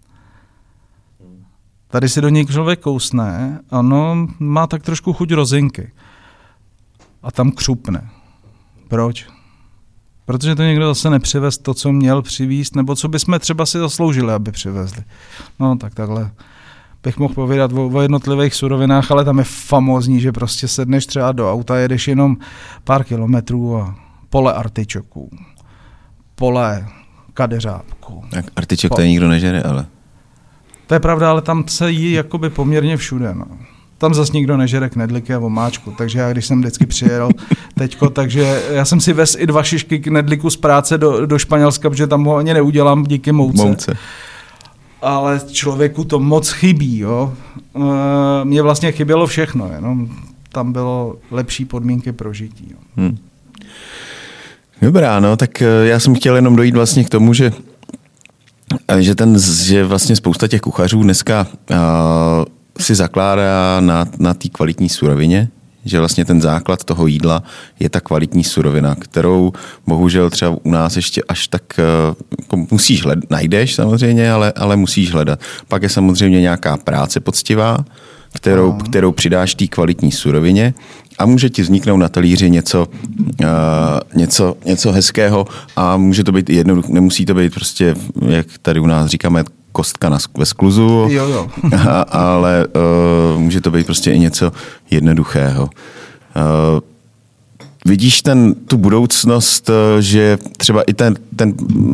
Tady si do něj člověk kousne, ano, má tak trošku chuť rozinky. A tam křupne. Proč? Protože to někdo zase nepřivez to, co měl přivízt, nebo co bychom třeba si zasloužili, aby přivezli. No tak takhle bych mohl povídat o, o jednotlivých surovinách, ale tam je famózní, že prostě sedneš třeba do auta, jedeš jenom pár kilometrů a pole artičoků, pole kadeřábků. Tak artičok to nikdo nežere, ale... To je pravda, ale tam se jí jakoby poměrně všude. No. Tam zase nikdo nežere knedlíky a omáčku, takže já když jsem vždycky přijel teďko, takže já jsem si vez i dva šišky knedlíku z práce do, do Španělska, protože tam ho ani neudělám díky mouce. mouce. Ale člověku to moc chybí, jo. E, mně vlastně chybělo všechno, jenom tam bylo lepší podmínky pro žití. Jo. Hmm. Dobrá, no, tak já jsem chtěl jenom dojít vlastně k tomu, že, že, ten, že vlastně spousta těch kuchařů dneska uh, si zakládá na, na té kvalitní surovině, že vlastně ten základ toho jídla je ta kvalitní surovina, kterou bohužel třeba u nás ještě až tak jako musíš hledat, najdeš samozřejmě, ale, ale musíš hledat. Pak je samozřejmě nějaká práce poctivá, kterou, kterou přidáš té kvalitní surovině a může ti vzniknout na talíři něco, uh, něco, něco hezkého a může to být jednoduché, nemusí to být prostě, jak tady u nás říkáme, kostka na, ve skluzu, jo, jo. a, ale uh, může to být prostě i něco jednoduchého. Uh, vidíš ten, tu budoucnost, uh, že třeba i ten, ten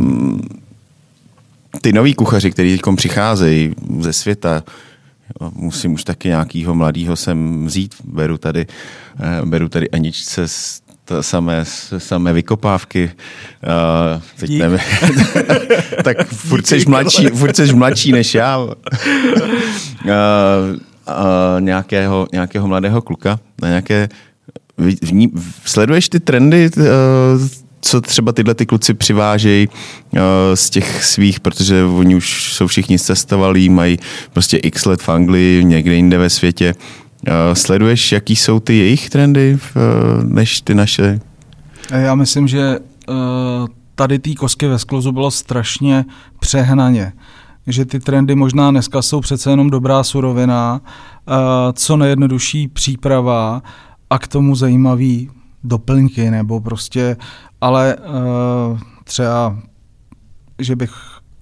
ty noví kuchaři, kteří teď přicházejí ze světa, musím už taky nějakýho mladýho sem vzít, beru tady, uh, beru tady Aničce to samé, samé vykopávky. Uh, teď nevím. Tak furt seš mladší, furt seš mladší než já. Uh, uh, nějakého, nějakého mladého kluka. Na nějaké, v ní, sleduješ ty trendy, uh, co třeba tyhle ty kluci přivážejí uh, z těch svých, protože oni už jsou všichni cestovalí, mají prostě x let v Anglii, někde jinde ve světě. Uh, sleduješ, jaký jsou ty jejich trendy uh, než ty naše? Já myslím, že uh, tady ty kostky ve skluzu bylo strašně přehnaně. Že ty trendy možná dneska jsou přece jenom dobrá surovina, uh, co nejjednodušší příprava a k tomu zajímavý doplňky, nebo prostě, ale uh, třeba, že bych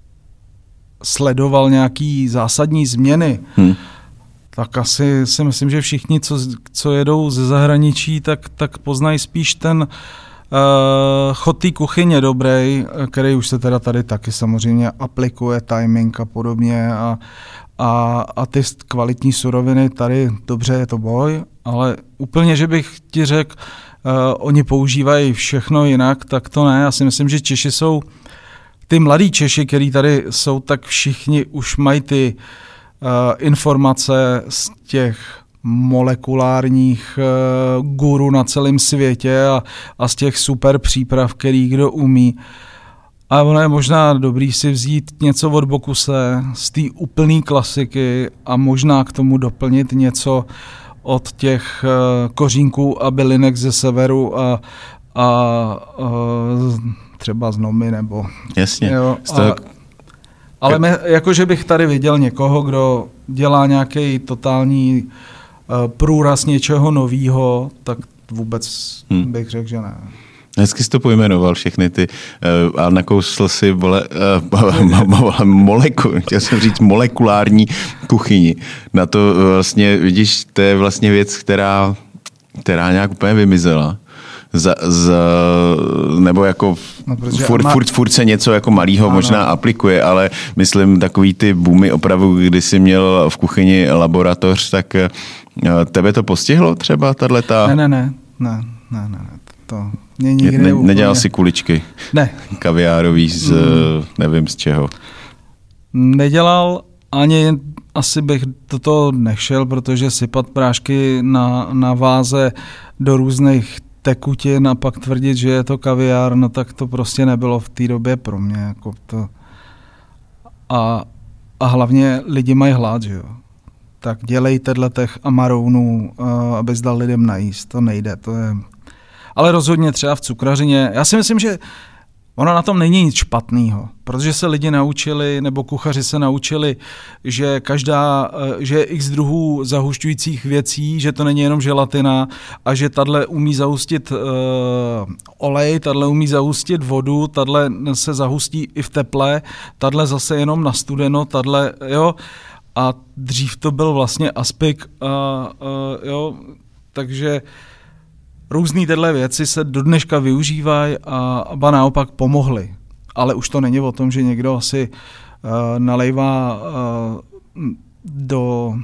sledoval nějaký zásadní změny, hmm. tak asi si myslím, že všichni, co, co jedou ze zahraničí, tak, tak poznají spíš ten uh, chod té kuchyně dobrý, který už se teda tady taky samozřejmě aplikuje, timing a podobně a, a, a ty kvalitní suroviny tady dobře je to boj, ale úplně, že bych ti řekl, uh, oni používají všechno jinak, tak to ne. Já si myslím, že Češi jsou, ty mladí Češi, který tady jsou, tak všichni už mají ty Uh, informace z těch molekulárních uh, guru na celém světě a, a z těch super příprav, který kdo umí. A ono je možná dobrý si vzít něco od Bocuse z té úplné klasiky a možná k tomu doplnit něco od těch uh, kořínků a bylinek ze severu a, a uh, třeba z Nomy nebo... Jasně. Jo, a, ale me, jakože bych tady viděl někoho, kdo dělá nějaký totální uh, průraz něčeho novýho, tak vůbec hmm. bych řekl, že ne. Hezky jsi to pojmenoval všechny ty uh, a nakousl si mole, uh, moleku, chtěl jsem říct molekulární kuchyni. Na to vlastně, vidíš, to je vlastně věc, která která nějak úplně vymizela. Za, za, nebo jako no, furt, má... furt, furt se něco jako malýho ano. možná aplikuje, ale myslím takový ty boomy opravdu, kdy jsi měl v kuchyni laboratoř, tak tebe to postihlo třeba tato? Ne, ne, ne, ne, ne, ne, to mě nikdy ne, úplně... Nedělal jsi kuličky? Ne. Kaviárový z, mm. nevím z čeho? Nedělal, ani asi bych do toho nešel, protože sypat prášky na, na váze do různých tekutin a pak tvrdit, že je to kaviár, no tak to prostě nebylo v té době pro mě. Jako to. A, a hlavně lidi mají hlad, že jo. Tak dělejte dle těch amarounů, aby dal lidem najíst. To nejde, to je... Ale rozhodně třeba v cukrařině. Já si myslím, že ono na tom není nic špatného, protože se lidi naučili, nebo kuchaři se naučili, že každá, že je x druhů zahušťujících věcí, že to není jenom želatina a že tahle umí zahustit uh, olej, tahle umí zahustit vodu, tahle se zahustí i v teple, tahle zase jenom na studeno, tahle, jo, a dřív to byl vlastně aspik, uh, uh, jo, takže různý tyhle věci se do dneška využívají a ba naopak pomohly. Ale už to není o tom, že někdo asi uh, nalejvá uh, do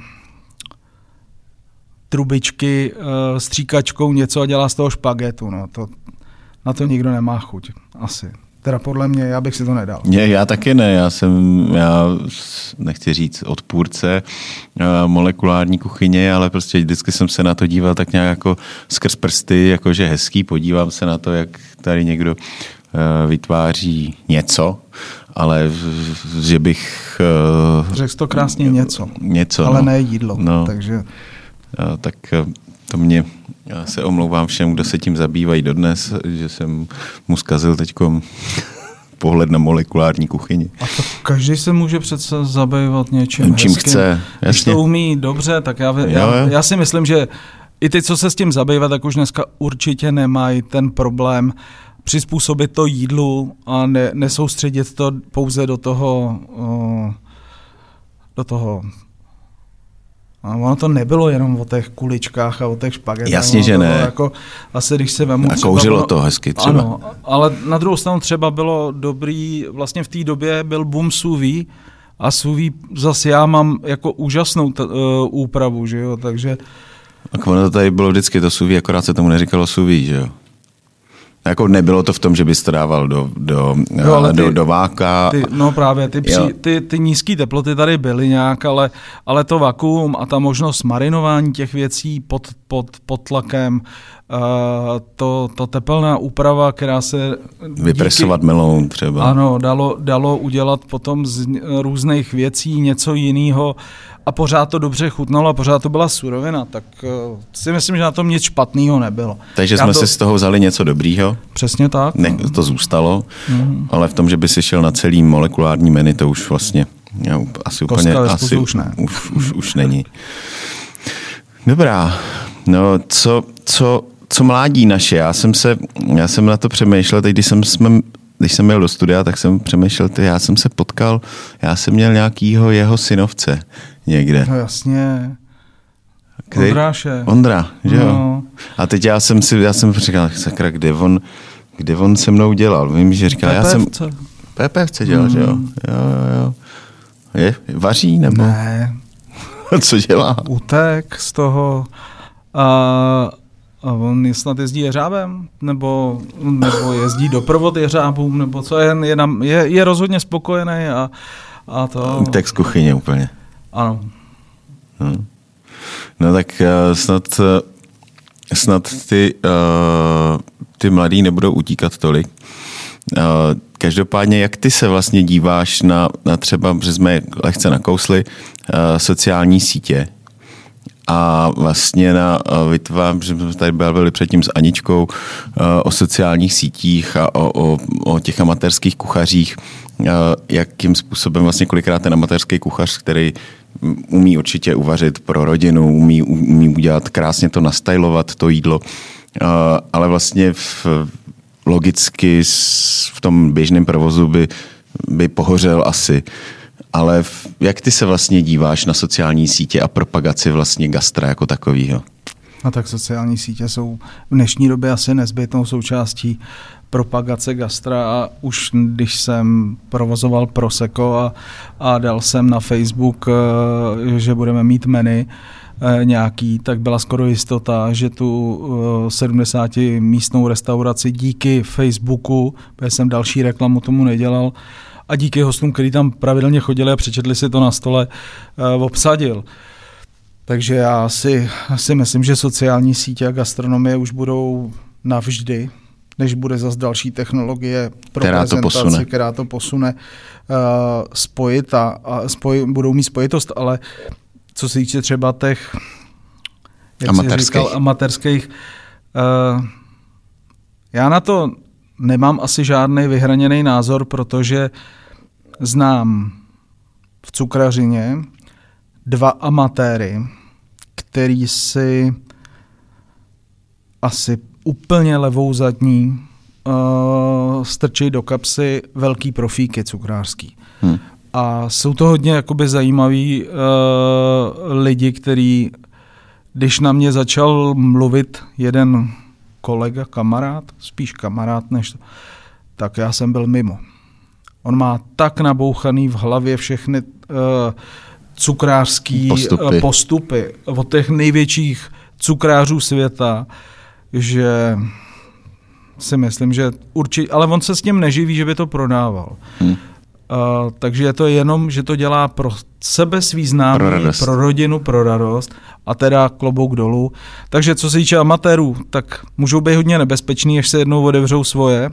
trubičky uh, stříkačkou něco a dělá z toho špagetu. No. To, na to nikdo nemá chuť. Asi. Teda podle mě, já bych si to nedal. Ne, já taky ne. Já jsem, já nechci říct odpůrce uh, molekulární kuchyně, ale prostě vždycky jsem se na to díval tak nějak jako skrz prsty, jakože hezký. Podívám se na to, jak tady někdo uh, vytváří něco, ale že bych... Uh, Řekl to krásně něco, něco ale no. ne jídlo. No. Takže... Uh, tak uh, to mě... Já se omlouvám všem, kdo se tím zabývají dodnes, že jsem mu zkazil teďkom pohled na molekulární kuchyni. A to každý se může přece zabývat něčím čím hezkým. chce. Jasně. Když to umí dobře, tak já, já, já si myslím, že i ty, co se s tím zabývají, tak už dneska určitě nemají ten problém přizpůsobit to jídlu a ne, nesoustředit to pouze do toho do toho a ono to nebylo jenom o těch kuličkách a o těch špagetách. Jasně, že ne. Jako, asi když se vemu... A kouřilo bylo, to hezky třeba. Ano, ale na druhou stranu třeba bylo dobrý, vlastně v té době byl boom sous vide a sous vide zase já mám jako úžasnou t, uh, úpravu, že jo, takže... Tak ono to tady bylo vždycky to sous vide, akorát se tomu neříkalo sous vide, že jo. Jako nebylo to v tom, že bys to dával do, do, jo, ty, do, do váka. Ty, no právě, ty, při, ty, ty nízké teploty tady byly nějak, ale, ale to vakuum a ta možnost marinování těch věcí pod, pod, pod tlakem, uh, to, to tepelná úprava, která se... Vypresovat díky, meloun třeba. Ano, dalo, dalo udělat potom z různých věcí něco jiného a pořád to dobře chutnalo a pořád to byla surovina, tak uh, si myslím, že na tom nic špatného nebylo. Takže Já jsme to... si z toho vzali něco dobrýho. Přesně tak. Ne, to zůstalo, mm. ale v tom, že by si šel na celý molekulární menu, to už vlastně já, asi úplně asi, už, ne. už, už, už není. Dobrá, no co, co, co mládí naše? Já jsem, se, já jsem na to přemýšlel, teď když jsem, jsme, když jsem měl do studia, tak jsem přemýšlel, ty, já jsem se potkal, já jsem měl nějakýho jeho synovce někde. No jasně. Který? Ondráše. Ondra, že jo? No. A teď já jsem si, já jsem říkal, sakra, kde on, kde on se mnou dělal? Vím, že říkal, já jsem... P P F C dělal, mm. že jo? Jo, jo, jo. Je? Vaří, nebo? Ne. Co dělá? Utek z toho a, a on snad jezdí jeřábem, nebo, nebo jezdí doprovod jeřábům, nebo co, je, je, je, je rozhodně spokojený a, a to... Utek z kuchyně úplně. Ano. Hmm. No tak uh, snad, uh, snad ty, uh, ty mladí nebudou utíkat tolik. Uh, každopádně, jak ty se vlastně díváš na, na třeba, že jsme lehce nakousli, uh, sociální sítě a vlastně na uh, vytvám, že jsme tady bavili předtím s Aničkou uh, o sociálních sítích a o, o, o těch amatérských kuchařích, uh, jakým způsobem vlastně kolikrát ten amatérský kuchař, který umí určitě uvařit pro rodinu, umí, umí udělat krásně to, nastylovat to jídlo, uh, ale vlastně v, logicky v tom běžném provozu by, by pohořel asi. Ale v, jak ty se vlastně díváš na sociální sítě a propagaci vlastně gastra jako takovýho? A tak sociální sítě jsou v dnešní době asi nezbytnou součástí propagace gastra a už když jsem provozoval Prosecco a, a dal jsem na Facebook, že budeme mít menu nějaký, tak byla skoro jistota, že tu sedmdesátimístnou restauraci díky Facebooku, protože jsem další reklamu tomu nedělal, a díky hostům, kteří tam pravidelně chodili a přečetli si to na stole, obsadil. Takže já si, si myslím, že sociální sítě a gastronomie už budou navždy, než bude zase další technologie pro která prezentaci, to posune. která to posune, uh, spojit a, a spoj, budou mít spojitost, ale co se týče třeba těch, jak amatérských, říkal, amatérských, uh, já na to nemám asi žádný vyhraněný názor, protože znám v cukrařině dva amatéry, který si asi úplně levou zadní uh, strčí do kapsy velký profíky cukrářský. Hmm. A jsou to hodně jakoby zajímaví uh, lidi, který, když na mě začal mluvit jeden kolega, kamarád, spíš kamarád než to, tak já jsem byl mimo. On má tak nabouchaný v hlavě všechny uh, cukrářský postupy. postupy od těch největších cukrářů světa, že si myslím, že určitě, ale on se s tím neživí, že by to prodával. Hmm. Uh, takže je to jenom, že to dělá pro sebe, svý známý, pro, pro rodinu, pro radost a teda klobouk dolů. Takže co se týče amatérů, tak můžou být hodně nebezpeční, až se jednou otevřou svoje, uh,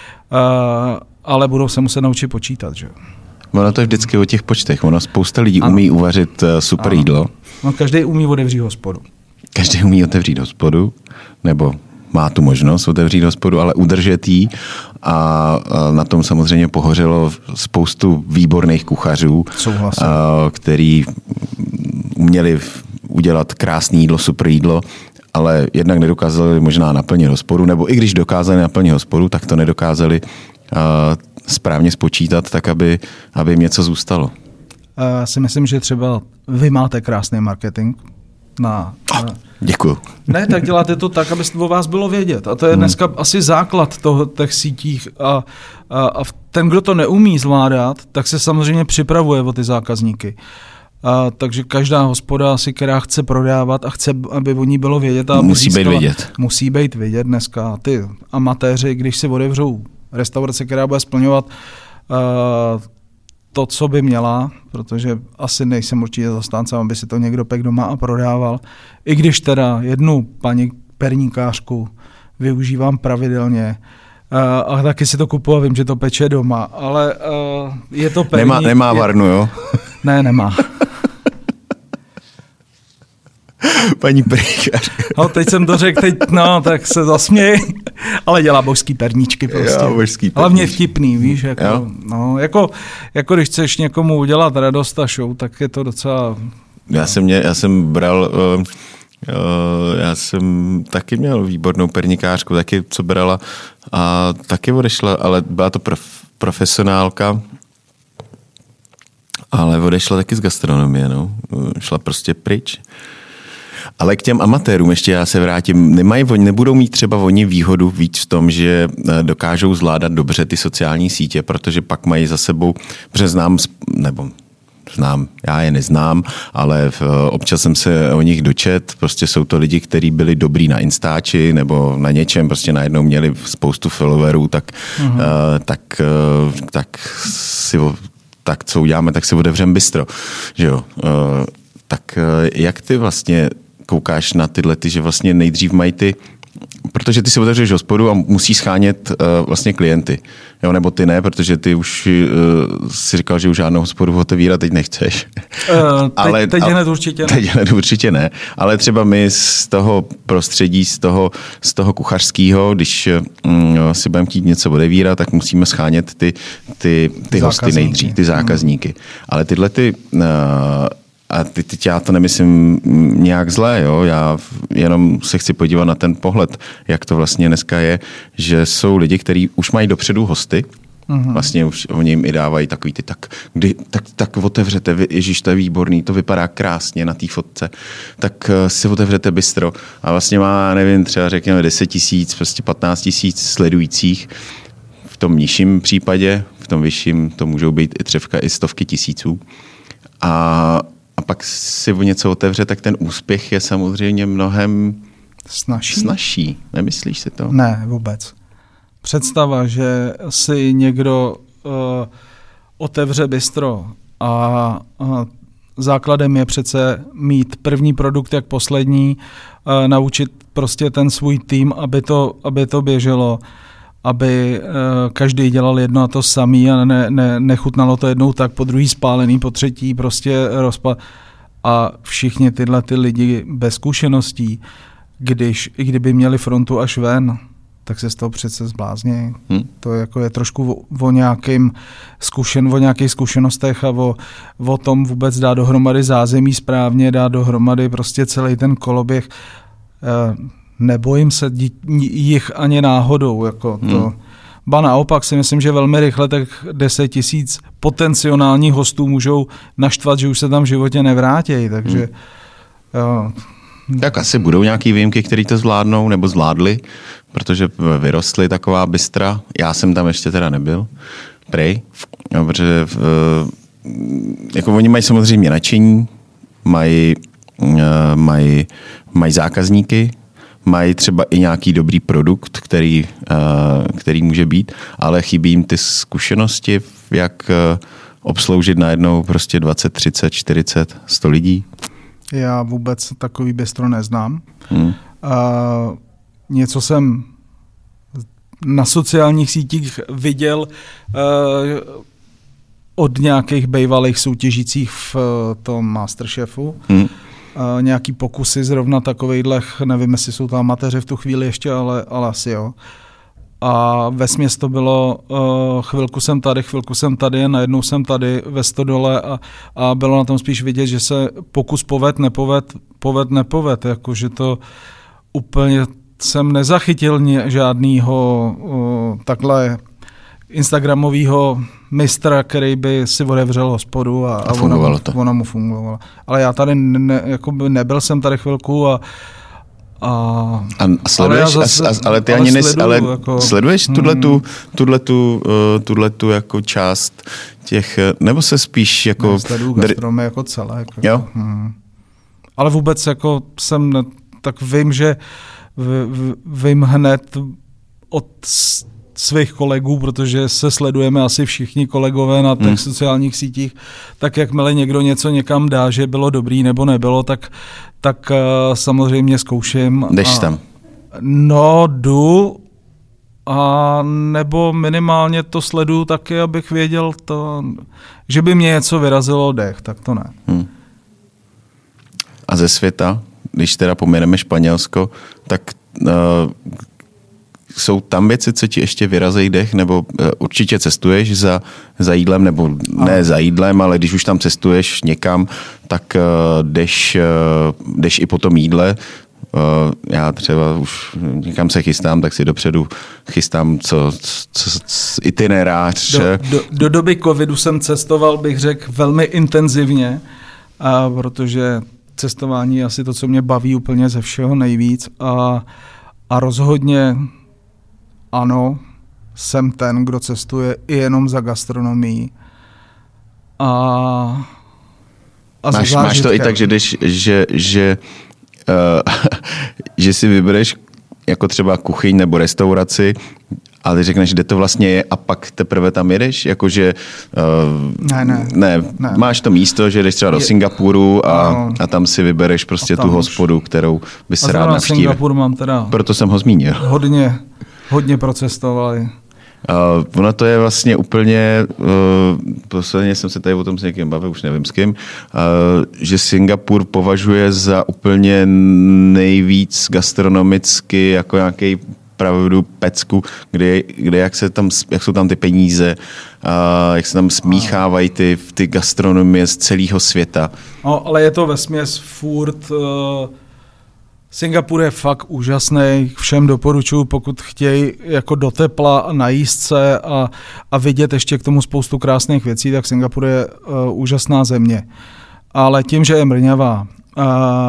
ale budou se muset naučit počítat, že? Ono to je vždycky o těch počtech. Ono spousta lidí ano. umí uvařit uh, super ano. jídlo. No, každý umí otevřít hospodu. Každý umí otevřít hospodu, nebo má tu možnost otevřít hospodu, ale udržet jí a, a na tom samozřejmě pohořelo spoustu výborných kuchařů, a, který uměli udělat krásné jídlo, super jídlo, ale jednak nedokázali možná naplnit hospodu, nebo i když dokázali naplnit hospodu, tak to nedokázali a, správně spočítat, tak aby, aby jim něco zůstalo. Já si myslím, že třeba vy máte krásný marketing. Na, oh, na... Děkuju. Ne, tak děláte to tak, aby o vás bylo vědět. A to je dneska hmm. asi základ toho, těch sítích. A, a, a ten, kdo to neumí zvládat, tak se samozřejmě připravuje o ty zákazníky. A, takže každá hospoda asi, která chce prodávat a chce, aby o ní bylo vědět. A musí získala, být vědět. Musí být vědět dneska. Ty amatéři, když si otevřou restaurace, která bude splňovat uh, to, co by měla, protože asi nejsem určitě zastáncem, aby si to někdo pek doma a prodával. I když teda jednu paní perníkářku využívám pravidelně uh, a taky si to kupuji a vím, že to peče doma, ale uh, je to perník. Nemá, nemá varnu, jo? Ne, nemá. Paní perníkářka. No, teď jsem to řekl, teď, no, tak se zasměj, ale dělá božský perníčky prostě. Jo, božský perníčky. Hlavně vtipný, víš, jako, no, jako, jako když chceš někomu udělat radost a show, tak je to docela... Já jsem, mě, já jsem bral, uh, uh, já jsem taky měl výbornou perníkářku, taky co brala a taky odešla, ale byla to prof, profesionálka, ale odešla taky z gastronomie, no, šla prostě pryč. Ale k těm amatérům ještě já se vrátím. Nemají, nebudou mít třeba oni výhodu víc v tom, že dokážou zvládat dobře ty sociální sítě, protože pak mají za sebou, protože znám, nebo znám, já je neznám, ale v, občas jsem se o nich dočet, prostě jsou to lidi, kteří byli dobrý na Instači nebo na něčem, prostě najednou měli spoustu followerů, tak, uh-huh. uh, tak, uh, tak si, tak co uděláme, tak si otevřem bistro, že jo. Uh, tak uh, jak ty vlastně koukáš na tyhle, ty, že vlastně nejdřív mají ty, protože ty si otevřeš hospodu a musí schánět uh, vlastně klienty, jo, nebo ty ne, protože ty už uh, si říkal, že už žádnou hospodu otevírat teď nechceš. Uh, teď ale, teď hned určitě ne. Teď hned určitě ne, ale třeba my z toho prostředí, z toho, z toho kuchařského, když um, si budeme chtít něco otevírat, tak musíme schánět ty, ty, ty hosty nejdřív, ty zákazníky. Hmm. Ale tyhle ty uh, a teď, teď já to nemyslím nějak zlé, jo? Já jenom se chci podívat na ten pohled, jak to vlastně dneska je, že jsou lidi, kteří už mají dopředu hosty Mm-hmm. Vlastně už oni jim i dávají takový ty, tak, kdy, tak, tak otevřete, ježiš, to je výborný, to vypadá krásně na té fotce, tak uh, si otevřete bistro a vlastně má, nevím, třeba řekněme deset tisíc, prostě patnáct tisíc sledujících. V tom nižším případě, v tom vyšším to můžou být i třevka i stovky tisíců. A, a pak si o něco otevře, tak ten úspěch je samozřejmě mnohem snažší. snažší. Nemyslíš si to? Ne, vůbec. Představa, že si někdo uh, otevře bistro a uh, základem je přece mít první produkt jak poslední, uh, naučit prostě ten svůj tým, aby to, aby to běželo, aby uh, každý dělal jedno a to samý a ne, ne, nechutnalo to jednou tak, po druhý spálený, po třetí prostě rozpad. A všichni tyhle ty lidi bez zkušeností, když, i kdyby měli frontu až ven, tak se z toho přece zblázní. Hmm. To jako je trošku o, o, nějakým zkušen, o nějakých zkušenostech a o, o tom vůbec dá dohromady zázemí správně, dá dohromady prostě celý ten koloběh. E, nebojím se dí, jich ani náhodou. Jako to. Hmm. Ba naopak si myslím, že velmi rychle tak deset tisíc potenciálních hostů můžou naštvat, že už se tam v životě nevrátí. Takže hmm. jo. Tak asi budou nějaký výjimky, který to zvládnou nebo zvládli, protože vyrostly taková bystra. Já jsem tam ještě teda nebyl, prej, no, protože jako oni mají samozřejmě nadšení, mají, mají, mají zákazníky, mají třeba i nějaký dobrý produkt, který, který může být, ale chybí jim ty zkušenosti, jak obsloužit najednou prostě dvacet, třicet, čtyřicet, sto lidí. Já vůbec takový bistro neznám. Hmm. Uh, něco jsem na sociálních sítích viděl uh, od nějakých bývalých soutěžících v uh, tom Masterchefu. Hmm. Uh, nějaký pokusy zrovna takovejhlech, nevím, jestli jsou to amatéři v tu chvíli ještě, ale, ale asi jo. A vesměs to bylo, uh, chvilku jsem tady, chvilku jsem tady, najednou jsem tady ve Stodole a, a bylo na tom spíš vidět, že se pokus poved, nepoved, poved, nepoved, jakože to úplně jsem nezachytil žádnýho uh, takhle instagramového mistra, který by si otevřel hospodu a, a, a fungovalo to. Ona mu fungovala. Ale já tady ne, jakoby nebyl jsem tady chvilku a A, a sleduješ, ale, zase, a, ale ty ale ani nes, ale jako, sleduješ tuhletu, tuhletu, uh, tuhletu jako část těch, nebo se spíš jako... Ne, sleduju gastronomii jako celé. Jako, jo? Hmm. Ale vůbec jako jsem, ne, tak vím, že v, v, vím hned od svých kolegů, protože se sledujeme asi všichni kolegové na těch hmm. sociálních sítích, tak jakmile někdo něco někam dá, že bylo dobrý nebo nebylo, tak tak uh, samozřejmě zkouším. Jdeš tam? No, jdu, a nebo minimálně to sleduju taky, abych věděl, to, že by mě něco vyrazilo dech, tak to ne. Hmm. A ze světa, když teda poměneme Španělsko, tak uh, jsou tam věci, co ti ještě vyrazejí dech, nebo uh, určitě cestuješ za, za jídlem, nebo a. ne za jídlem, ale když už tam cestuješ někam, tak uh, jdeš, uh, jdeš i po tom jídle. Uh, já třeba už někam se chystám, tak si dopředu chystám co, co, co itinerář. Do, do, do doby covidu jsem cestoval, bych řekl, velmi intenzivně, a protože cestování je asi to, co mě baví úplně ze všeho nejvíc a, a rozhodně ano, jsem ten, kdo cestuje i jenom za gastronomií. A, a máš, máš to i tak, že, jdeš, že, že, uh, že si vybereš jako třeba kuchyň nebo restauraci, ale řekneš, kde to vlastně je a pak teprve tam jedeš? Jakože uh, ne, ne, ne, ne. Máš to místo, že jdeš třeba do je, Singapuru a, no, a tam si vybereš prostě tu hospodu, kterou by se rád navštívil. Singapur mám teda... Proto jsem ho zmínil. Hodně, hodně procestovali. Uh, ono to je vlastně úplně, uh, posledně jsem se tady o tom s někým bavil, už nevím s kým, uh, že Singapur považuje za úplně nejvíc gastronomicky jako nějaký pravdu pecku, kde, kde jak, se tam, jak jsou tam ty peníze, uh, jak se tam smíchávají ty, ty gastronomie z celého světa. No, ale je to vesměs furt uh, Singapur je fakt úžasný, všem doporučuji, pokud chtějí jako do tepla a najíst se a, a vidět ještě k tomu spoustu krásných věcí, tak Singapur je uh, úžasná země. Ale tím, že je mrňavá a,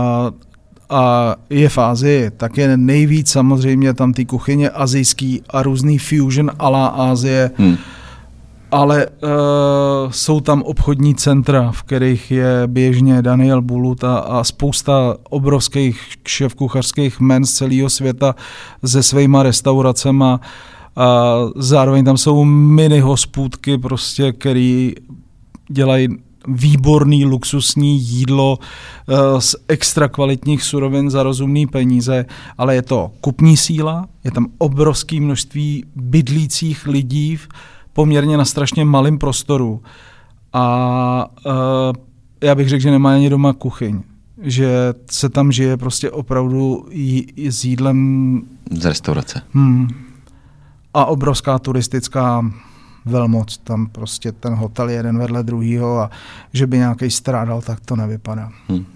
a je v Asii, tak je nejvíc samozřejmě tam ty kuchyně asijský a různý fusion a la Asie. Hmm. Ale uh, jsou tam obchodní centra, v kterých je běžně Daniel Bulut a, a spousta obrovských šéfkuchařských men z celého světa se svýma restauracema. A zároveň tam jsou mini hospůdky, prostě, který dělají výborný luxusní jídlo uh, z extra kvalitních surovin za rozumný peníze, ale je to kupní síla, je tam obrovské množství bydlících lidí, poměrně na strašně malém prostoru. A uh, já bych řekl, že nemá ani doma kuchyň. Že se tam žije prostě opravdu jí, s jídlem... Z restaurace. Hmm. A obrovská turistická velmoc. Tam prostě ten hotel je jeden vedle druhýho a že by nějaký strádal, tak to nevypadá. Hmm.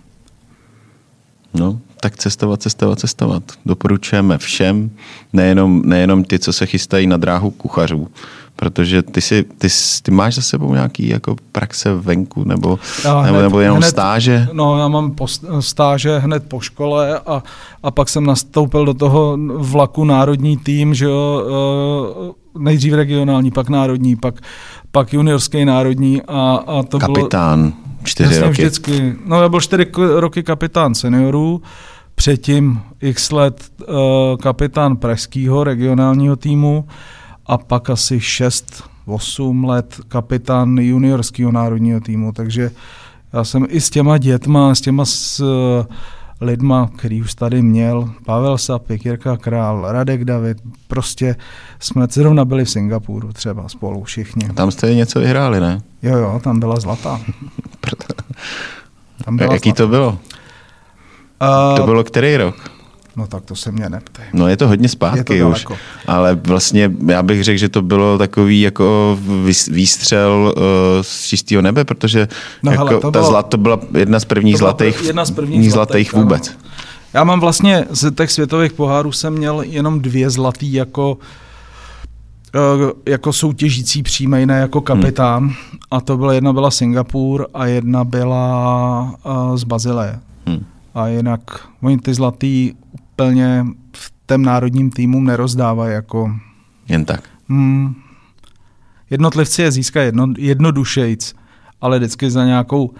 No, tak cestovat, cestovat, cestovat. Doporučujeme všem, nejenom, nejenom ty, co se chystají na dráhu kuchařů, protože ty, si, ty, ty máš za sebou nějaký jako praxe venku, nebo, nebo, hned, nebo jenom hned, stáže? No, já mám post, stáže hned po škole a, a pak jsem nastoupil do toho vlaku národní tým, že jo, nejdřív regionální, pak národní, pak, pak juniorský národní a, a to kapitán, bylo... čtyři Jasně, roky. Vždycky. No, já byl čtyři roky kapitán seniorů, předtím x let uh, kapitán pražského regionálního týmu a pak asi šest osm let kapitán juniorského národního týmu, takže já jsem i s těma dětma, s těma s, uh, lidma, který už tady měl, Pavel Sapik, Jirka Král, Radek David, prostě jsme zrovna byli v Singapuru třeba spolu všichni. Tam jste něco vyhráli, ne? Jo, jo, tam byla zlatá. Tam byla Jaký zlatá. to bylo? Uh, to bylo který rok? No tak to se mě neptej. No je to hodně zpátky je to už, ale vlastně já bych řekl, že to bylo takový jako výstřel uh, z čistého nebe, protože no, jako hele, to ta bylo, zlat, to byla jedna z prvních zlatých, jedna z prvních zlatých vůbec. Ano. Já mám vlastně z těch světových pohárů jsem měl jenom dvě zlatý jako, uh, jako soutěžící přímej, ne jako kapitán. Hmm. A to byla jedna byla Singapur a jedna byla uh, z Bazileje. Hmm. A jinak oni ty zlatý úplně v tém národním týmu nerozdávají jako... Jen tak. Hmm, jednotlivci je získají jedno, jednodušejc, ale vždycky za nějakou...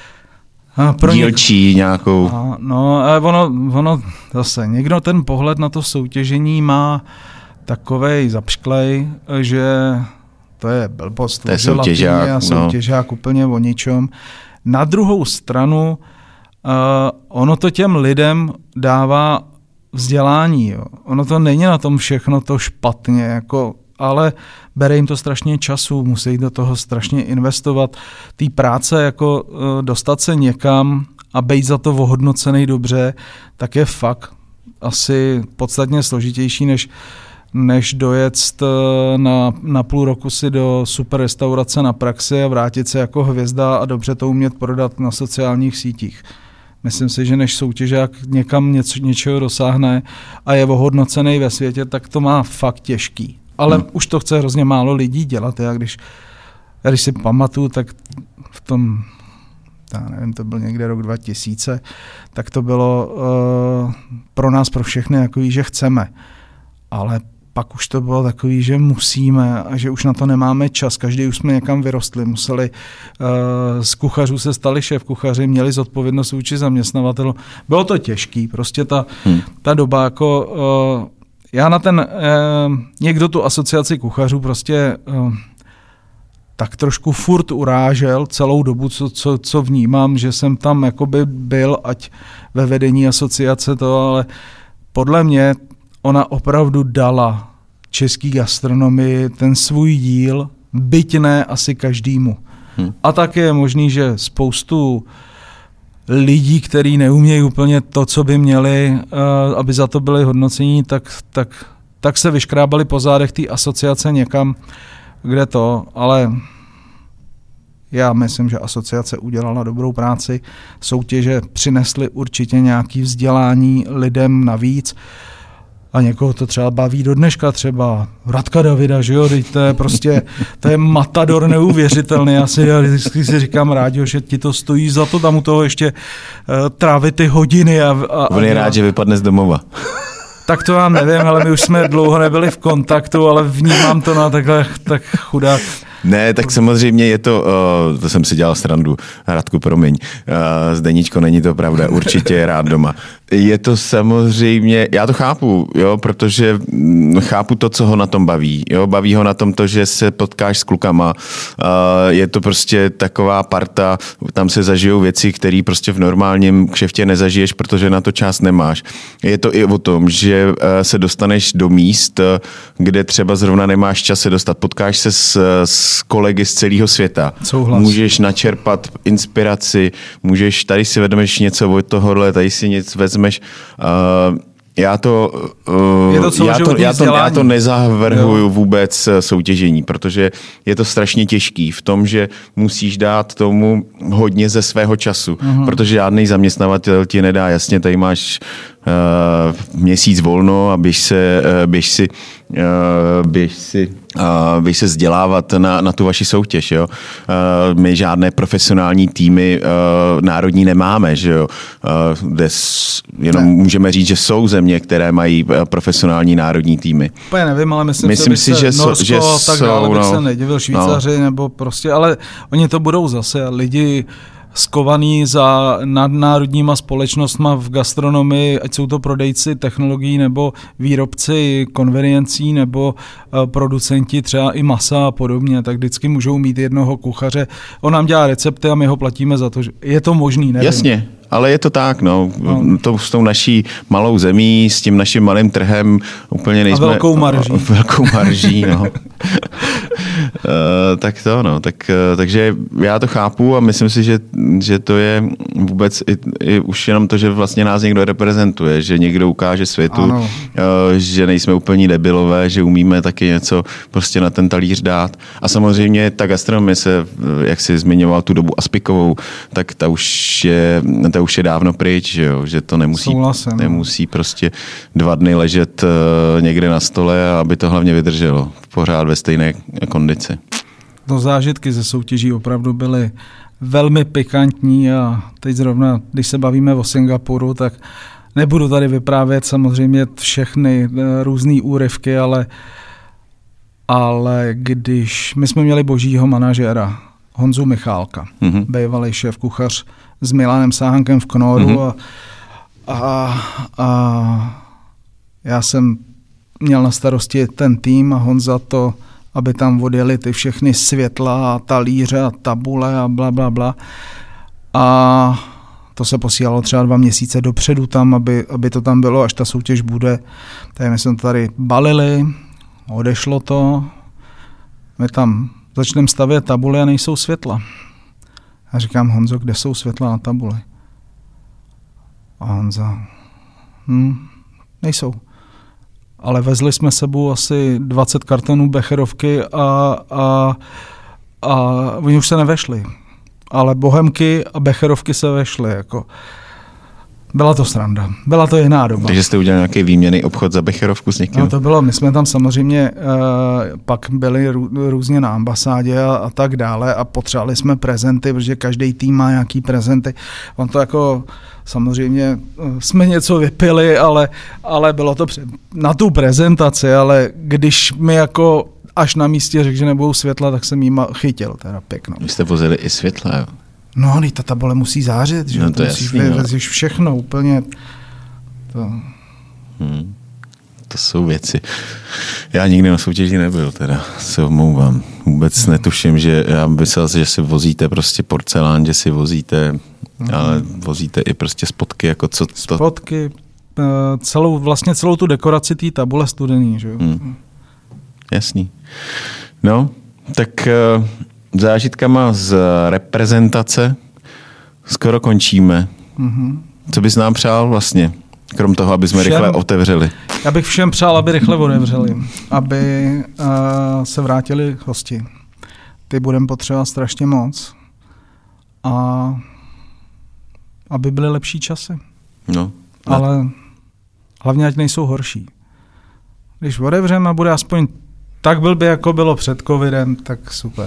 Pro dílčí něk... nějakou... A, no, ale ono, ono zase, někdo ten pohled na to soutěžení má takovej zapšklej, že to je blbost. To je soutěžák. A soutěžák no. Úplně o ničem. Na druhou stranu Uh, ono to těm lidem dává vzdělání. Jo. Ono to není na tom všechno to špatně, jako, ale bere jim to strašně času, musí do toho strašně investovat. Té práce, jako uh, dostat se někam a být za to ohodnocený dobře, tak je fakt asi podstatně složitější, než, než dojet na, na půl roku si do super restaurace na praxi a vrátit se jako hvězda a dobře to umět prodat na sociálních sítích. Myslím si, že než soutěžák někam něco, něčeho dosáhne a je ohodnocený ve světě, tak to má fakt těžký. Ale hmm. už to chce hrozně málo lidí dělat. Já když, já když si pamatuju, tak v tom, já nevím, to byl někde rok dva tisíce, tak to bylo uh, pro nás, pro všechny, takový, že chceme. Ale pak už to bylo takový, že musíme a že už na to nemáme čas. Každý už jsme někam vyrostli, museli, uh, z kuchařů se stali šéf kuchaři, měli zodpovědnost vůči zaměstnavatelů. Bylo to těžký, prostě ta, hmm. ta doba jako... Uh, já na ten, uh, někdo tu asociaci kuchařů prostě uh, tak trošku furt urážel celou dobu, co, co, co vnímám, že jsem tam jakoby byl, ať ve vedení asociace to, ale podle mě ona opravdu dala český gastronomii ten svůj díl, byť ne asi každému. Hmm. A tak je možný, že spoustu lidí, kteří neumějí úplně to, co by měli, uh, aby za to byli hodnocení, tak, tak, tak se vyškrábali po zádech té asociace někam, kde to, ale Já myslím, že asociace udělala dobrou práci. Soutěže přinesly určitě nějaké vzdělání lidem navíc. A někoho to třeba baví do dneška, třeba Radka Davida, že jo, to je prostě, to je matador neuvěřitelný. Já si, já vždycky si říkám rádio, že ti to stojí za to tam u toho ještě uh, trávit ty hodiny. A, a, On je a rád, že vypadne z domova. Tak to já nevím, ale my už jsme dlouho nebyli v kontaktu, ale vnímám to na takhle, tak chudák. Ne, tak samozřejmě je to, uh, to jsem si dělal srandu, Radku, promiň, uh, Zdeníčko, není to pravda, určitě je rád doma. Je to samozřejmě, já to chápu, jo, protože chápu to, co ho na tom baví, jo, baví ho na tom to, že se potkáš s klukama, uh, je to prostě taková parta, tam se zažijou věci, které prostě v normálním kšeftě nezažiješ, protože na to čas nemáš. Je to i o tom, že uh, se dostaneš do míst, uh, kde třeba zrovna nemáš čas se dostat, potkáš se s, s kolegy z celého světa. Souhlas. Můžeš načerpat inspiraci, můžeš, tady si vezmeš něco od tohohle, tady si něco vezmeš. Uh, já to, uh, je to já, to, já, to, já to nezavrhuju jo. vůbec soutěžení, protože je to strašně těžký v tom, že musíš dát tomu hodně ze svého času, uh-huh. protože žádný zaměstnavatel ti nedá, jasně, tady máš uh, měsíc volno a běž, se, uh, běž si uh, běž si Uh, běž se vzdělávat na, na tu vaši soutěž. Jo? Uh, my žádné profesionální týmy uh, národní nemáme. Že jo? Uh, kde s, jenom ne. můžeme říct, že jsou země, které mají uh, profesionální národní týmy. Úplně nevím, ale myslím, myslím si, že Norsko že a tak dále, bych no, se nedivil, Švýcaři, no. nebo prostě, ale oni to budou zase. Lidi skovaný za nadnárodníma společnostma v gastronomii, ať jsou to prodejci technologií nebo výrobci konveniencí nebo uh, producenti třeba i masa a podobně, tak vždycky můžou mít jednoho kuchaře. On nám dělá recepty a my ho platíme za to, že je to možný, nevím. Jasně. Ale je to tak, no. no. To s tou naší malou zemí, s tím naším malým trhem úplně nejsme... A velkou marží. O, velkou marží, no. uh, tak to, no. Tak, uh, takže já to chápu a myslím si, že, že to je vůbec i, i už jenom to, že vlastně nás někdo reprezentuje, že někdo ukáže světu, uh, že nejsme úplně debilové, že umíme taky něco prostě na ten talíř dát. A samozřejmě ta gastronomie se, jak jsi zmiňoval tu dobu aspikovou, tak ta už je... Ta už je dávno pryč, že, jo? Že to nemusí, Souhlasem, nemusí prostě dva dny ležet uh, někde na stole, aby to hlavně vydrželo pořád ve stejné kondici. To zážitky ze soutěží opravdu byly velmi pikantní a teď zrovna, když se bavíme o Singapuru, tak nebudu tady vyprávět samozřejmě všechny uh, různé úryvky, ale, ale když my jsme měli božího manažéra, Honzu Michálka, mm-hmm. bývalý šéf kuchař s Milanem Sáhankem v Knoru mm-hmm. a, a, a já jsem měl na starosti ten tým a Honza to, aby tam odjeli ty všechny světla a talíře a tabule a bla, bla, bla. A to se posílalo třeba dva měsíce dopředu tam, aby, aby to tam bylo, až ta soutěž bude. Takže my jsme to tady balili, odešlo to, my tam začneme stavět tabule a nejsou světla. Já říkám, Honzo, kde jsou světla na tabuli? A Honza, hm, nejsou. Ale vezli jsme sebou asi dvacet kartonů becherovky a, a, a oni už se nevešli. Ale bohemky a becherovky se vešly. Jako. Byla to sranda. Byla to jiná doba. Takže jste udělali nějaký výměnný obchod za becherovku s někým? No to bylo, my jsme tam samozřejmě uh, pak byli rů, různě na ambasádě a, a tak dále a potřebovali jsme prezenty, protože každý tým má nějaký prezenty. On to jako, samozřejmě uh, jsme něco vypili, ale, ale bylo to na tu prezentaci, ale když mi jako až na místě řekl, že nebudou světla, tak jsem jí chytil, teda pěkno. Vy jste vozili i světla, jo? No, ale ta tabule musí zářit, že? No to, to musíš jasný, všechno úplně. To... Hmm. To jsou věci. Já nikdy na soutěži nebyl, teda se omlouvám. Vůbec netuším, že já myslel, že si vozíte prostě porcelán, že si vozíte, hmm. ale vozíte i prostě spotky, jako co to... Spotky, celou, vlastně celou tu dekoraci té tabule studený, že jo? Hmm. Jasný. No, tak... zážitkama z reprezentace skoro končíme. Mm-hmm. Co bys nám přál vlastně, krom toho, aby jsme všem, rychle otevřeli? Já bych všem přál, aby rychle otevřeli, aby uh, se vrátili hosti. Ty budeme potřebovat strašně moc. a aby byly lepší časy. No. Ale hlavně, ať nejsou horší. Když otevřeme a bude aspoň tak blbě, jako bylo před covidem, tak super.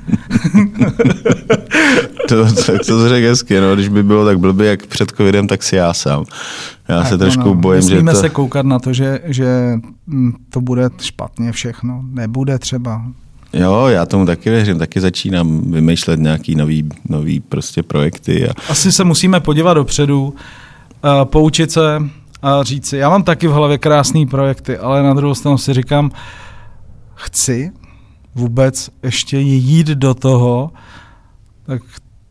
to, tak to řekl hezky, no. Když by bylo tak blbě, jak před covidem, tak si já sám. Já se tak trošku no, bojím, že to... Nesmíme se koukat na to, že, že to bude špatně všechno. Nebude třeba. Jo, já tomu taky věřím, taky začínám vymýšlet nějaký nový, nový prostě projekty. A... Asi se musíme podívat dopředu, uh, poučit se a říct si, já mám taky v hlavě krásný projekty, ale na druhou stranu si říkám, chci vůbec ještě jít do toho, tak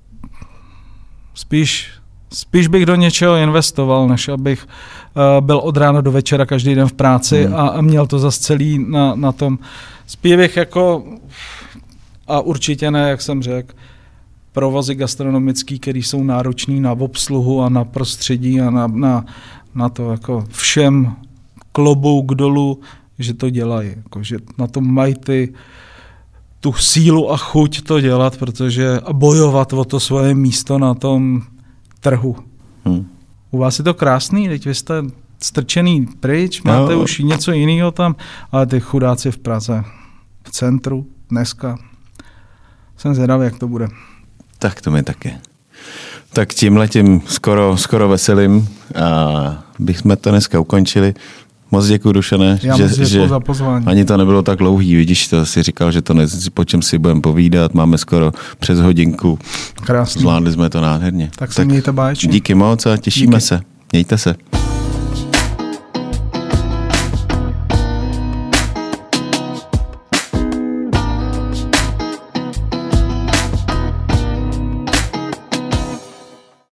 spíš, spíš bych do něčeho investoval, než abych uh, byl od rána do večera každý den v práci hmm. a, a měl to zas celý na, na tom. Spíš bych jako, a určitě ne, jak jsem řekl, provozy gastronomický, které jsou náročný na obsluhu a na prostředí a na, na, na to jako všem klobouk dolů, že to dělají, jako, že na tom mají ty, tu sílu a chuť to dělat, protože a bojovat o to svoje místo na tom trhu. Hmm. U vás je to krásný, teď vy jste strčený pryč, máte no. už něco jiného tam, ale ty chudáci v Praze, v centru, dneska. Jsem zvědavý, jak to bude. Tak to mi taky. Tak tímhletím skoro, skoro veselým a bychom to dneska ukončili. Moc děkuju, Dušane, Já že, že za pozvání. Ani to nebylo tak dlouhý, vidíš, to si říkal, že to ne, po čem si budeme povídat, máme skoro přes hodinku. Krásný. Zvládli jsme to nádherně. Tak se tak mějte báječně. Díky moc a těšíme díky. se. Mějte se.